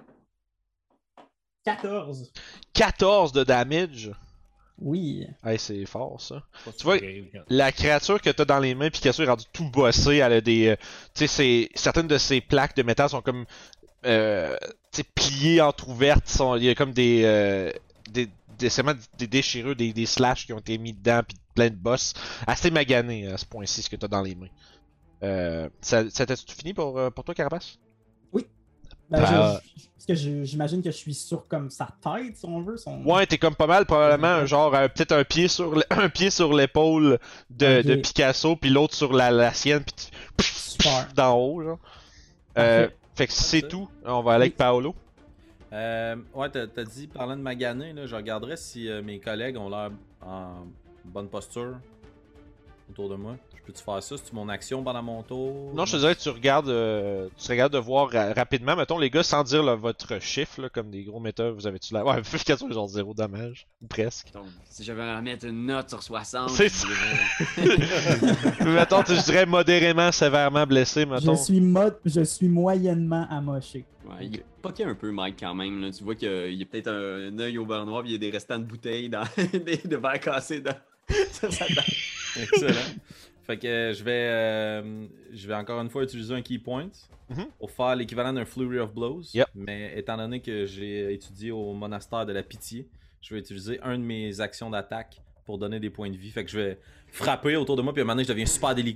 14. 14 de damage. Oui. Hey, c'est fort ça. Tu vois, La créature que t'as dans les mains, Picasso est rendue tout bossée. Elle a des. Tu sais, certaines de ses plaques de métal sont comme. Tu sais, pliées, entrouvertes. Il y a comme seulement des déchirures, des slashes qui ont été mis dedans, puis plein de bosses. Assez magané à ce point-ci, ce que t'as dans les mains. Ça t'a-tu tout fini pour toi, Carapace? Ben, Ah. parce que j'imagine que je suis sur comme sa tête, si on veut. Ouais, t'es comme pas mal, probablement, genre, peut-être un pied sur l'épaule de Ok. Picasso, puis l'autre sur la sienne, puis Super. d'en haut, genre. Parfait. Fait que si c'est tout, on va aller avec Paolo. Ouais, t'as dit, parlant de maganer, là, je regarderais si mes collègues ont l'air en bonne posture autour de moi. Je peux-tu faire ça? C'est-tu mon action pendant mon tour? Non, je te dirais que tu regardes de voir rapidement, mettons, les gars, sans dire là, votre chiffre, là, comme des gros métaux, vous avez-tu la. Ouais, Picasso est genre 0 dommage, ou presque. Donc, si j'avais à mettre une note sur 60, C'est je ça. dirais- Mettons, je dirais modérément, sévèrement blessé, mettons. Je suis moyennement amoché. Ouais, il est poqué un peu, Mike, quand même. Là. Tu vois qu'il y a peut-être un œil au beurre noir, puis il y a des restants de bouteilles, de verres cassés sur sa tête. Excellent. Fait que je vais encore une fois utiliser un key point Mhm. pour faire l'équivalent d'un Flurry of Blows. Yep. Mais étant donné que j'ai étudié au monastère de la pitié, je vais utiliser un de mes actions d'attaque pour donner des points de vie. Fait que je vais frapper autour de moi, puis à un moment donné, je deviens super délicat.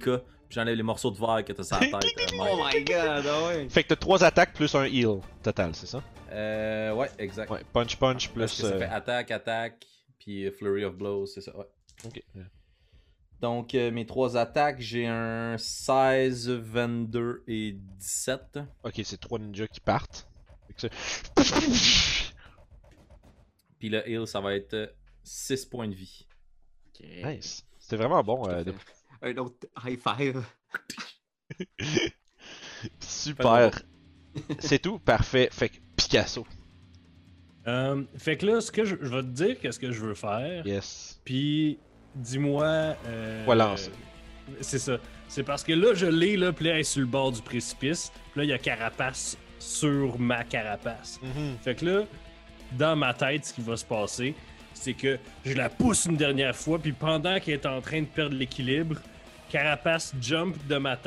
Puis j'enlève les morceaux de verre que t'as sur la tête. Oh my god, ah ouais. Fait que t'as 3 attaques plus un heal total, c'est ça? Ouais, exact. Ouais, punch Parce plus. que ça fait attaque, puis Flurry of Blows, c'est ça, ouais. Ok. Donc, mes 3 attaques, j'ai un 16, 22 et 17. Ok, c'est 3 ninjas qui partent. Fait que c'est- Puis le heal, ça va être 6 points de vie. Ok. Nice. C'était vraiment bon. Un autre high five. Super. C'est tout? Parfait. Fait que Picasso. Fait que là, ce que je vais te dire qu'est-ce que je veux faire. Yes. Puis, dis-moi. Quoi lancer? C'est ça. C'est parce que là, je l'ai, là, puis là, elle est sur le bord du précipice. Puis là, il y a Carapace sur ma Carapace. Mhm. Fait que là, dans ma tête, ce qui va se passer, c'est que je la pousse une dernière fois, puis pendant qu'elle est en train de perdre l'équilibre, Carapace jump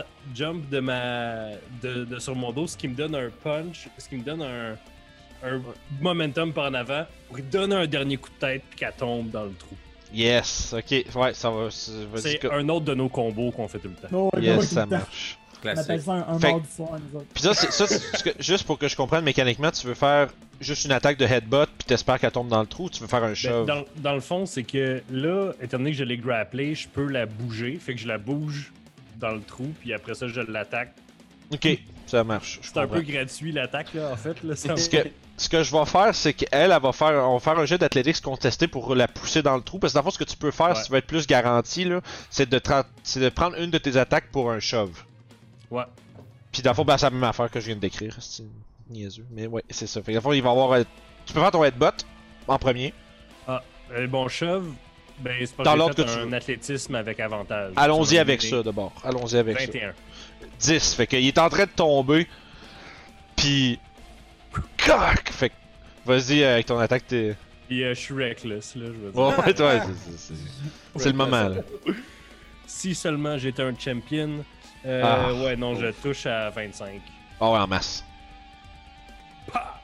de sur mon dos, ce qui me donne un punch, ce qui me donne un momentum par en avant pour lui donner un dernier coup de tête puis qu'elle tombe dans le trou. Yes. Ok. Ouais, ça va. Vas-y, C'est un autre de nos combos qu'on fait tout le temps. Oh, ouais, Yes, tout ça le temps. marche. On appelle Classique. ça un Fait- mardi soir, nous autres. Puis ça, juste pour que je comprenne mécaniquement, tu veux faire juste une attaque de headbutt puis t'espères qu'elle tombe dans le trou ou tu veux faire un Ben, shove? dans le fond, c'est que là, étant donné que je l'ai grapplé, je peux la bouger. Fait que je la bouge dans le trou, puis après ça, je l'attaque. Ok, ça marche. Je C'est un peu comprends. gratuit l'attaque, là, en fait. Là, ça... Ce que je vais faire, c'est qu'elle, on va faire un jet d'athlétiques contesté pour la pousser dans le trou. Parce que dans le fond, ce que tu peux faire, Ouais. si tu veux être plus garanti, là, c'est de prendre une de tes attaques pour un shove. Ouais. Puis dans le fond, ben, c'est la même affaire que je viens de décrire. C'est niaiseux. Mais ouais, c'est ça. Fait que dans le fond, il va avoir. Tu peux faire ton headbutt en premier. Bon, shove, ben, c'est pas Dans que j'ai l'ordre fait que tu un veux. athlétisme avec avantage. Allons-y Ça avec va ça me d'abord. Allons-y avec donner ça. 21. 10. Fait qu'il est en train de tomber. Puis. Coc! Fait que. Vas-y avec ton attaque, t'es. Puis je suis reckless, là, je veux dire. Ouais, ouais, c'est le moment là. Si seulement j'étais un champion, Ah. ouais, non, je touche à 25. Ah ouais, en masse. Pah!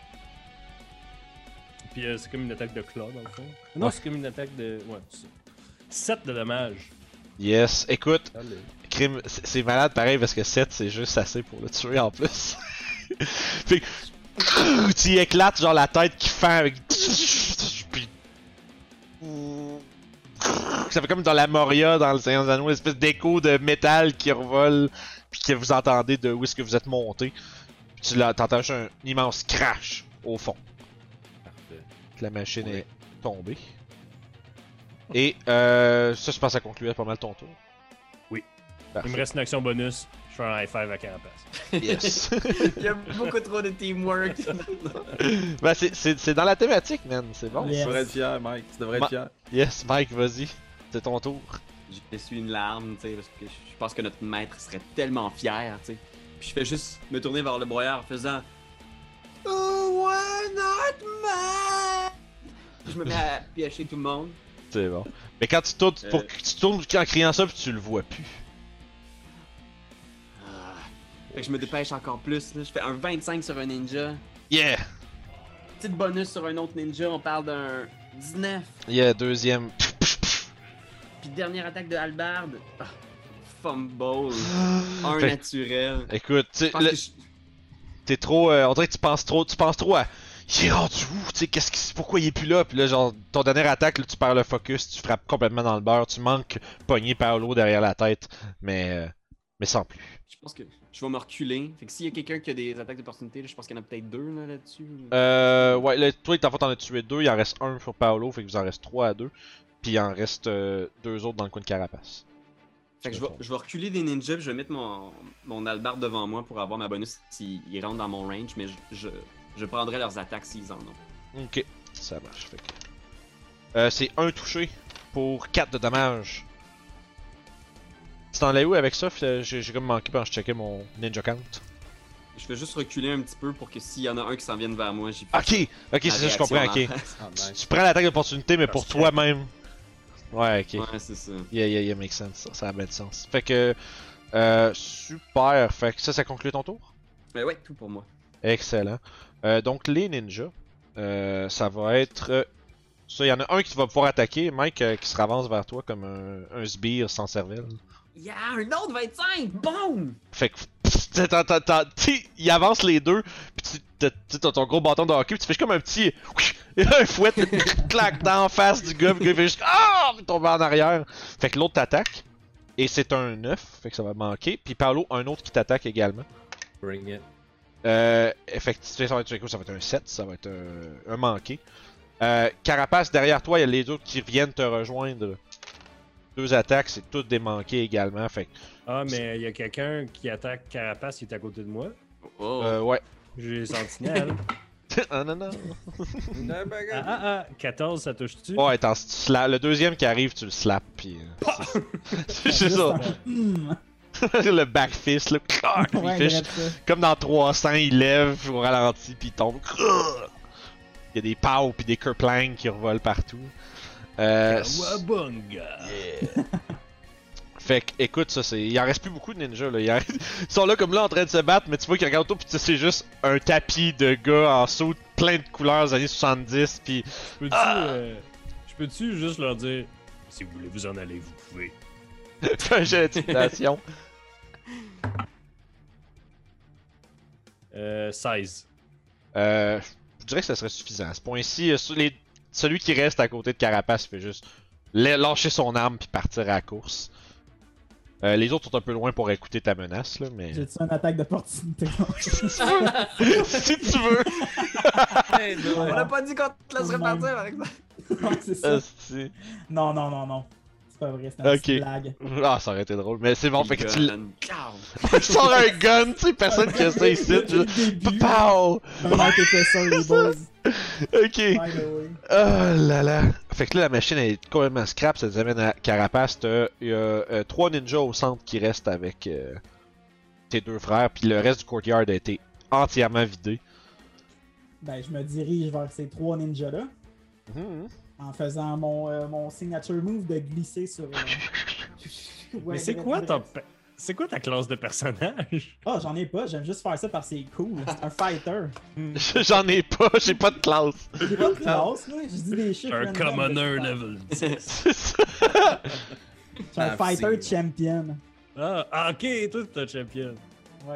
Puis c'est comme une attaque de claw, dans le fond. Non, Ouais. c'est comme une attaque de... Ouais, c'est 7 de dommages. Yes. Écoute, Allez. crime, c'est malade pareil parce que 7 c'est juste assez pour le tuer en plus. Fait que. Tu y éclates genre la tête qui fend avec. Puis. Ça fait comme dans la Moria dans le Seigneur des Anneaux, une espèce d'écho de métal qui revole, puis que vous entendez de où est-ce que vous êtes monté. Puis t'entends juste un immense crash au fond. Parfait. Que la machine Ouais. est tombée. Et ça, je pense que ça concluait pas mal ton tour. Oui. Parfait. Il me reste une action bonus. Je fais un high five à Carapace. Yes. Il y a beaucoup trop de teamwork. Ben, c'est dans la thématique, man. C'est bon. Yeah. Tu devrais être fier, Mike. Tu devrais Ma- être fier. Yes, Mike, vas-y. C'est ton tour. Je suis une larme, tu sais, parce que je pense que notre maître serait tellement fier, tu sais. Puis je fais juste me tourner vers le broyeur en faisant Oh, why not man? Puis je me mets à piocher tout le monde. C'est bon. Mais quand tu tournes, faut que tu tournes en criant ça, puis tu le vois plus. Ah. Fait que je me dépêche encore plus, là. Je fais un 25 sur un ninja. Yeah! Petite bonus sur un autre ninja, on parle d'un 19. Yeah, deuxième. Puis dernière attaque de hallebarde. Ah, fumble. Un Fait- naturel. Écoute, tu Je sais, pense que je- t'es trop. On dirait que tu penses trop à. Il est rendu où? Tu sais, pourquoi il est plus là? Puis là, genre, ton dernière attaque, là, tu perds le focus, tu frappes complètement dans le beurre, tu manques pogner Paolo derrière la tête, mais sans plus. Je pense que je vais me reculer. Fait que s'il y a quelqu'un qui a des attaques d'opportunité, là, je pense qu'il y en a peut-être deux là, là-dessus. Ouais, là, toi, t'en as tué deux, il en reste un sur Paolo, fait que vous en reste 3 à 2. Puis il en reste 2 autres dans le coin de Carapace. Fait que je vais reculer des ninjas, puis je vais mettre mon hallebarde devant moi pour avoir ma bonus s'ils rentrent dans mon range, mais je prendrai leurs attaques s'ils en ont. Ok, ça marche. Fait que... c'est un touché pour 4 de dommages. Tu t'en allais où avec ça? J'ai comme manqué quand je checkais mon ninja count. Je vais juste reculer un petit peu pour que s'il y en a un qui s'en vienne vers moi, j'y Ok, c'est ça, je comprends, ok. Ah, nice. Tu prends l'attaque d'opportunité, mais pour toi-même. Ouais, ok. Ouais, c'est ça. Yeah, make sense. Ça a bien de sens. Fait que. Super. Fait que ça conclut ton tour? Mais ouais, tout pour moi. Excellent. Donc, les ninjas, ça va être. Ça, il y en a un qui va pouvoir attaquer, Mike, qui se avance vers toi comme un sbire sans cervelle. Il y a un autre 25! Boum! Fait que il avance les deux, puis t'as ton gros bâton de hockey, puis tu fais comme un petit un fouet, clac dans la face du gars, puis le gars il fait juste il tombe en arrière. Fait que l'autre t'attaque, et c'est un 9, fait que ça va manquer. Puis Paolo, un autre qui t'attaque également. Bring it. Effectivement, ça va être un 7, ça va être un manqué. Carapace, derrière toi, il y a les autres qui viennent te rejoindre. 2 attaques, c'est toutes des manqués également. Fait que, Ah, mais il y a quelqu'un qui attaque Carapace, il est à côté de moi. Oh. ouais. J'ai sentinelle. Ah non. 14, ça touche-tu? Ouais, attends, si tu le deuxième qui arrive, tu le slaps, pis. C'est ça. Le back fist, là. Il Ouais, fait regarde ça. comme dans 300, il lève au ralenti, puis il tombe. Il y a des pows pis des kerplangs qui revolent partout. Wabunga! Fait que, écoute, ça c'est. Il en reste plus beaucoup de ninjas là. Ils sont là comme là en train de se battre, mais tu vois qu'ils regardent autour, pis c'est juste un tapis de gars en saut plein de couleurs des années 70, pis. Je peux-tu juste leur dire, si vous voulez vous en aller, vous pouvez. Fais un jeu d'intimidation. 16. Je dirais que ça serait suffisant. À ce point-ci, celui qui reste à côté de Carapace fait juste lâcher son arme puis partir à la course. Les autres sont un peu loin pour écouter ta menace, là, mais. J'ai-tu une attaque d'opportunité? Si tu veux! On n'a pas dit qu'on te laisserait Même. partir avec ça. Ouais, c'est ça. Asti. Non. C'est pas vrai, c'est une petite blague. Ah, ça aurait été drôle, mais c'est bon, fait que tu Gun. sors un gun, tu sais, personne qui a ça ici. Depuis le début. Pow! Un mec était ça, les boys. Ok. By the way. Oh là là. Fait que là, la machine est complètement scrap, ça nous amène à Carapace. Il y a 3 ninjas au centre qui restent avec tes 2 frères, puis le reste du courtyard a été entièrement vidé. Ben, je me dirige vers ces 3 ninjas-là Mhm. en faisant mon signature move de glisser sur. Mais Ouais, c'est direct, quoi direct. C'est quoi ta classe de personnage? Ah, j'en ai pas, j'aime juste faire ça parce que c'est cool. C'est un fighter. J'en ai pas, j'ai pas de classe. J'ai pas de classe, là. Je dis des chiffres. Un random, commoner je sais level 10. C'est ça. pas. Je suis un Ah, fighter c'est- champion. Ok, toi t'es un champion. Ouais.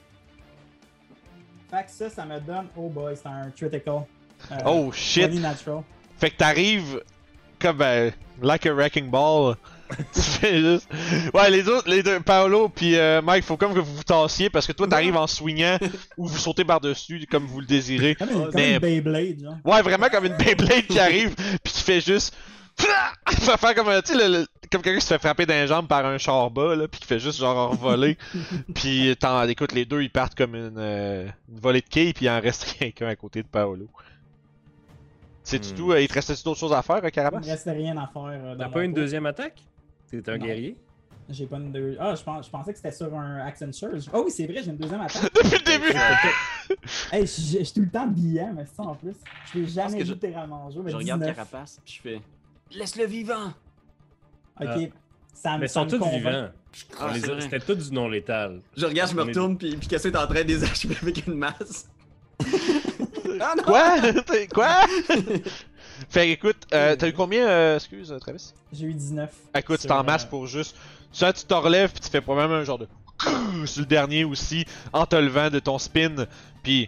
Fait que ça me donne. Oh boy, c'est un critical. Oh shit. 20 natural. Fait que t'arrives comme like a wrecking ball. Tu fais juste. Ouais, les deux, Paolo puis Mike, faut comme que vous vous tassiez parce que toi t'arrives en swingant ou vous sautez par-dessus comme vous le désirez. Comme mais- une Beyblade, genre. Ouais, vraiment comme une Beyblade qui arrive puis qui fait juste. Faire comme tu sais, comme quelqu'un qui se fait frapper dans les jambes par un char bas là, puis qui fait juste genre voler. Puis écoute, les deux ils partent comme une volée de quilles puis il en reste quelqu'un à côté de Paolo. C'est du tout. Il te restait d'autres choses à faire, Il me Carapace? restait rien à faire. Dans T'as mon pas une tour. deuxième attaque? T'es un Non. guerrier? J'ai pas une deux. Ah, je pensais que c'était sur un Accent Surge. Oh oui, c'est vrai, j'ai une deuxième attaque. Depuis le début! Hey, je suis tout le temps billant, mais c'est ça en plus. Je l'ai jamais que je- littéralement joué, mais Je regarde 19. Carapace, puis je fais laisse-le vivant. Ok, ça me Mais ils sont ça me tous convainc. vivants. Ah, c'est vrai. C'était tout du non létal. Je regarde, je me On est- retourne, puis Picasso est en train de les achever avec une masse. Ah non! Quoi? Quoi? Fait que, écoute, t'as eu combien, excuse, Travis? J'ai eu 19. Écoute, Sur, c'est en masse pour juste. Ça, tu te relèves, puis tu fais probablement un genre de. Sur le dernier aussi, en te levant de ton spin, puis.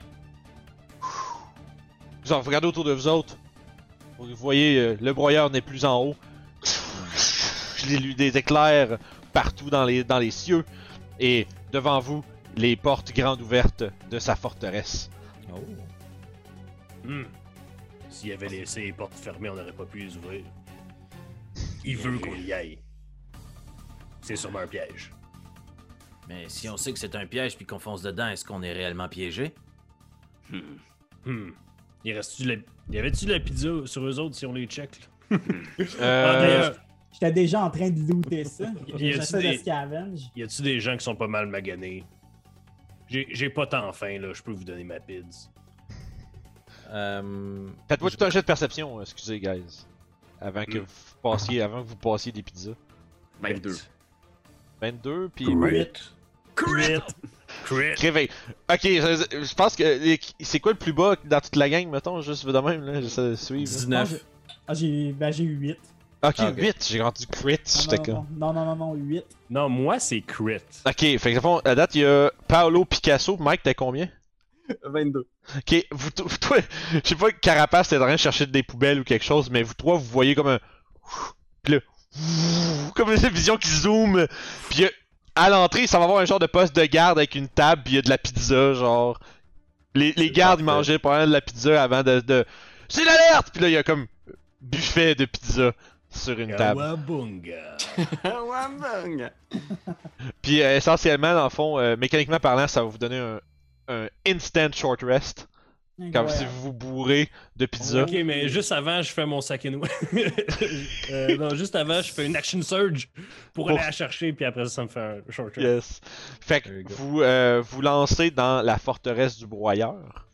Genre, vous regardez autour de vous autres. Vous voyez, le broyeur n'est plus en haut. Des éclairs partout dans les cieux. Et devant vous, les portes grandes ouvertes de sa forteresse. Oh. S'il avait laissé les portes fermées, on n'aurait pas pu les ouvrir. Il veut qu'on y aille. C'est sûrement un piège. Mais si on sait que c'est un piège puis qu'on fonce dedans, est-ce qu'on est réellement piégé? Il reste-tu y avait-tu de la pizza sur eux autres si on les check? Là? Euh, J'étais déjà en train de looter ça. Y a-tu J'essaie de des- scavenge. Y a-tu des gens qui sont pas mal maganés? J'ai pas tant faim, là. Je peux vous donner ma pizza. Faites-moi tout un jet de perception, excusez, guys. Avant que vous passiez des pizzas. 22. 22, puis. Crit! Réveil. Ok, je pense que. C'est quoi le plus bas dans toute la gang, mettons, juste de même, là, j'essaie de suivre. là. 19. Ah, j'ai eu 8. Ok, Ah, ok. 8, j'ai rendu crit. J'étais comme. Non, 8. Non, moi, c'est crit. Ok, fait que, fond, à date, il y a Paolo Picasso. Mike, t'as combien? 22. Ok, toi, je sais pas, Carapace, t'es en train de chercher des poubelles ou quelque chose, mais vous trois, vous voyez comme un. Pis là, comme une vision qui zoome. Pis à l'entrée, ça va avoir un genre de poste de garde avec une table, pis il y a de la pizza, genre. Les gardes, ils parfait. mangeaient pas mal de la pizza avant de... C'est l'alerte! Pis là, il y a comme buffet de pizza sur une table. Kawabunga. Wabang! Puis essentiellement, dans le fond, mécaniquement parlant, ça va vous donner un instant short rest. Comme si vous vous bourrez de pizza. Ok, mais juste avant, je fais mon sac and non, juste avant, je fais une action surge pour aller la chercher, puis après ça me fait un short rest. Yes. Fait There you que go. vous lancez dans la forteresse du broyeur.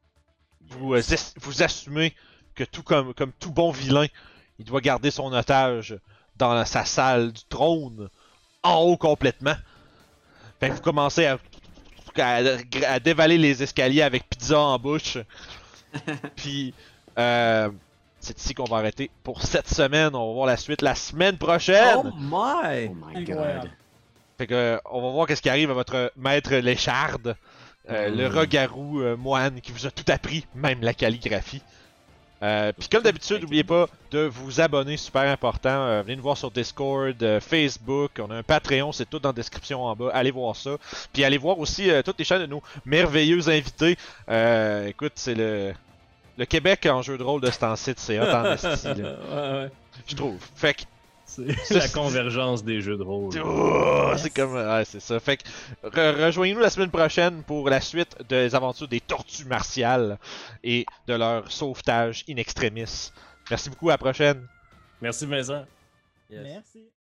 Vous assumez que tout comme tout bon vilain, il doit garder son otage dans sa salle du trône, en haut complètement. Fait que vous commencez à dévaler les escaliers avec pizza en bouche. Puis c'est ici qu'on va arrêter pour cette semaine. On va voir la suite la semaine prochaine. Oh my! Oh my Incroyable. god. Fait que on va voir qu'est-ce qui arrive à votre maître Lécharde, le rat-garou moine qui vous a tout appris, même la calligraphie. Puis comme d'habitude, n'oubliez pas de vous abonner, super important. Venez nous voir sur Discord, Facebook, on a un Patreon, c'est tout dans la description en bas. Allez voir ça. Puis allez voir aussi toutes les chaînes de nos merveilleux invités. Écoute, c'est le Québec en jeu de rôle de ce temps-ci, c'est hot en esti, là, Ouais, ouais. je trouve. Fait que C'est la convergence des jeux de rôle. oh, c'est comme. Ouais, c'est ça. Fait que rejoignez-nous la semaine prochaine pour la suite des aventures des tortues martiales et de leur sauvetage in extremis. Merci beaucoup, à la prochaine. Merci Vincent. Yes. Merci.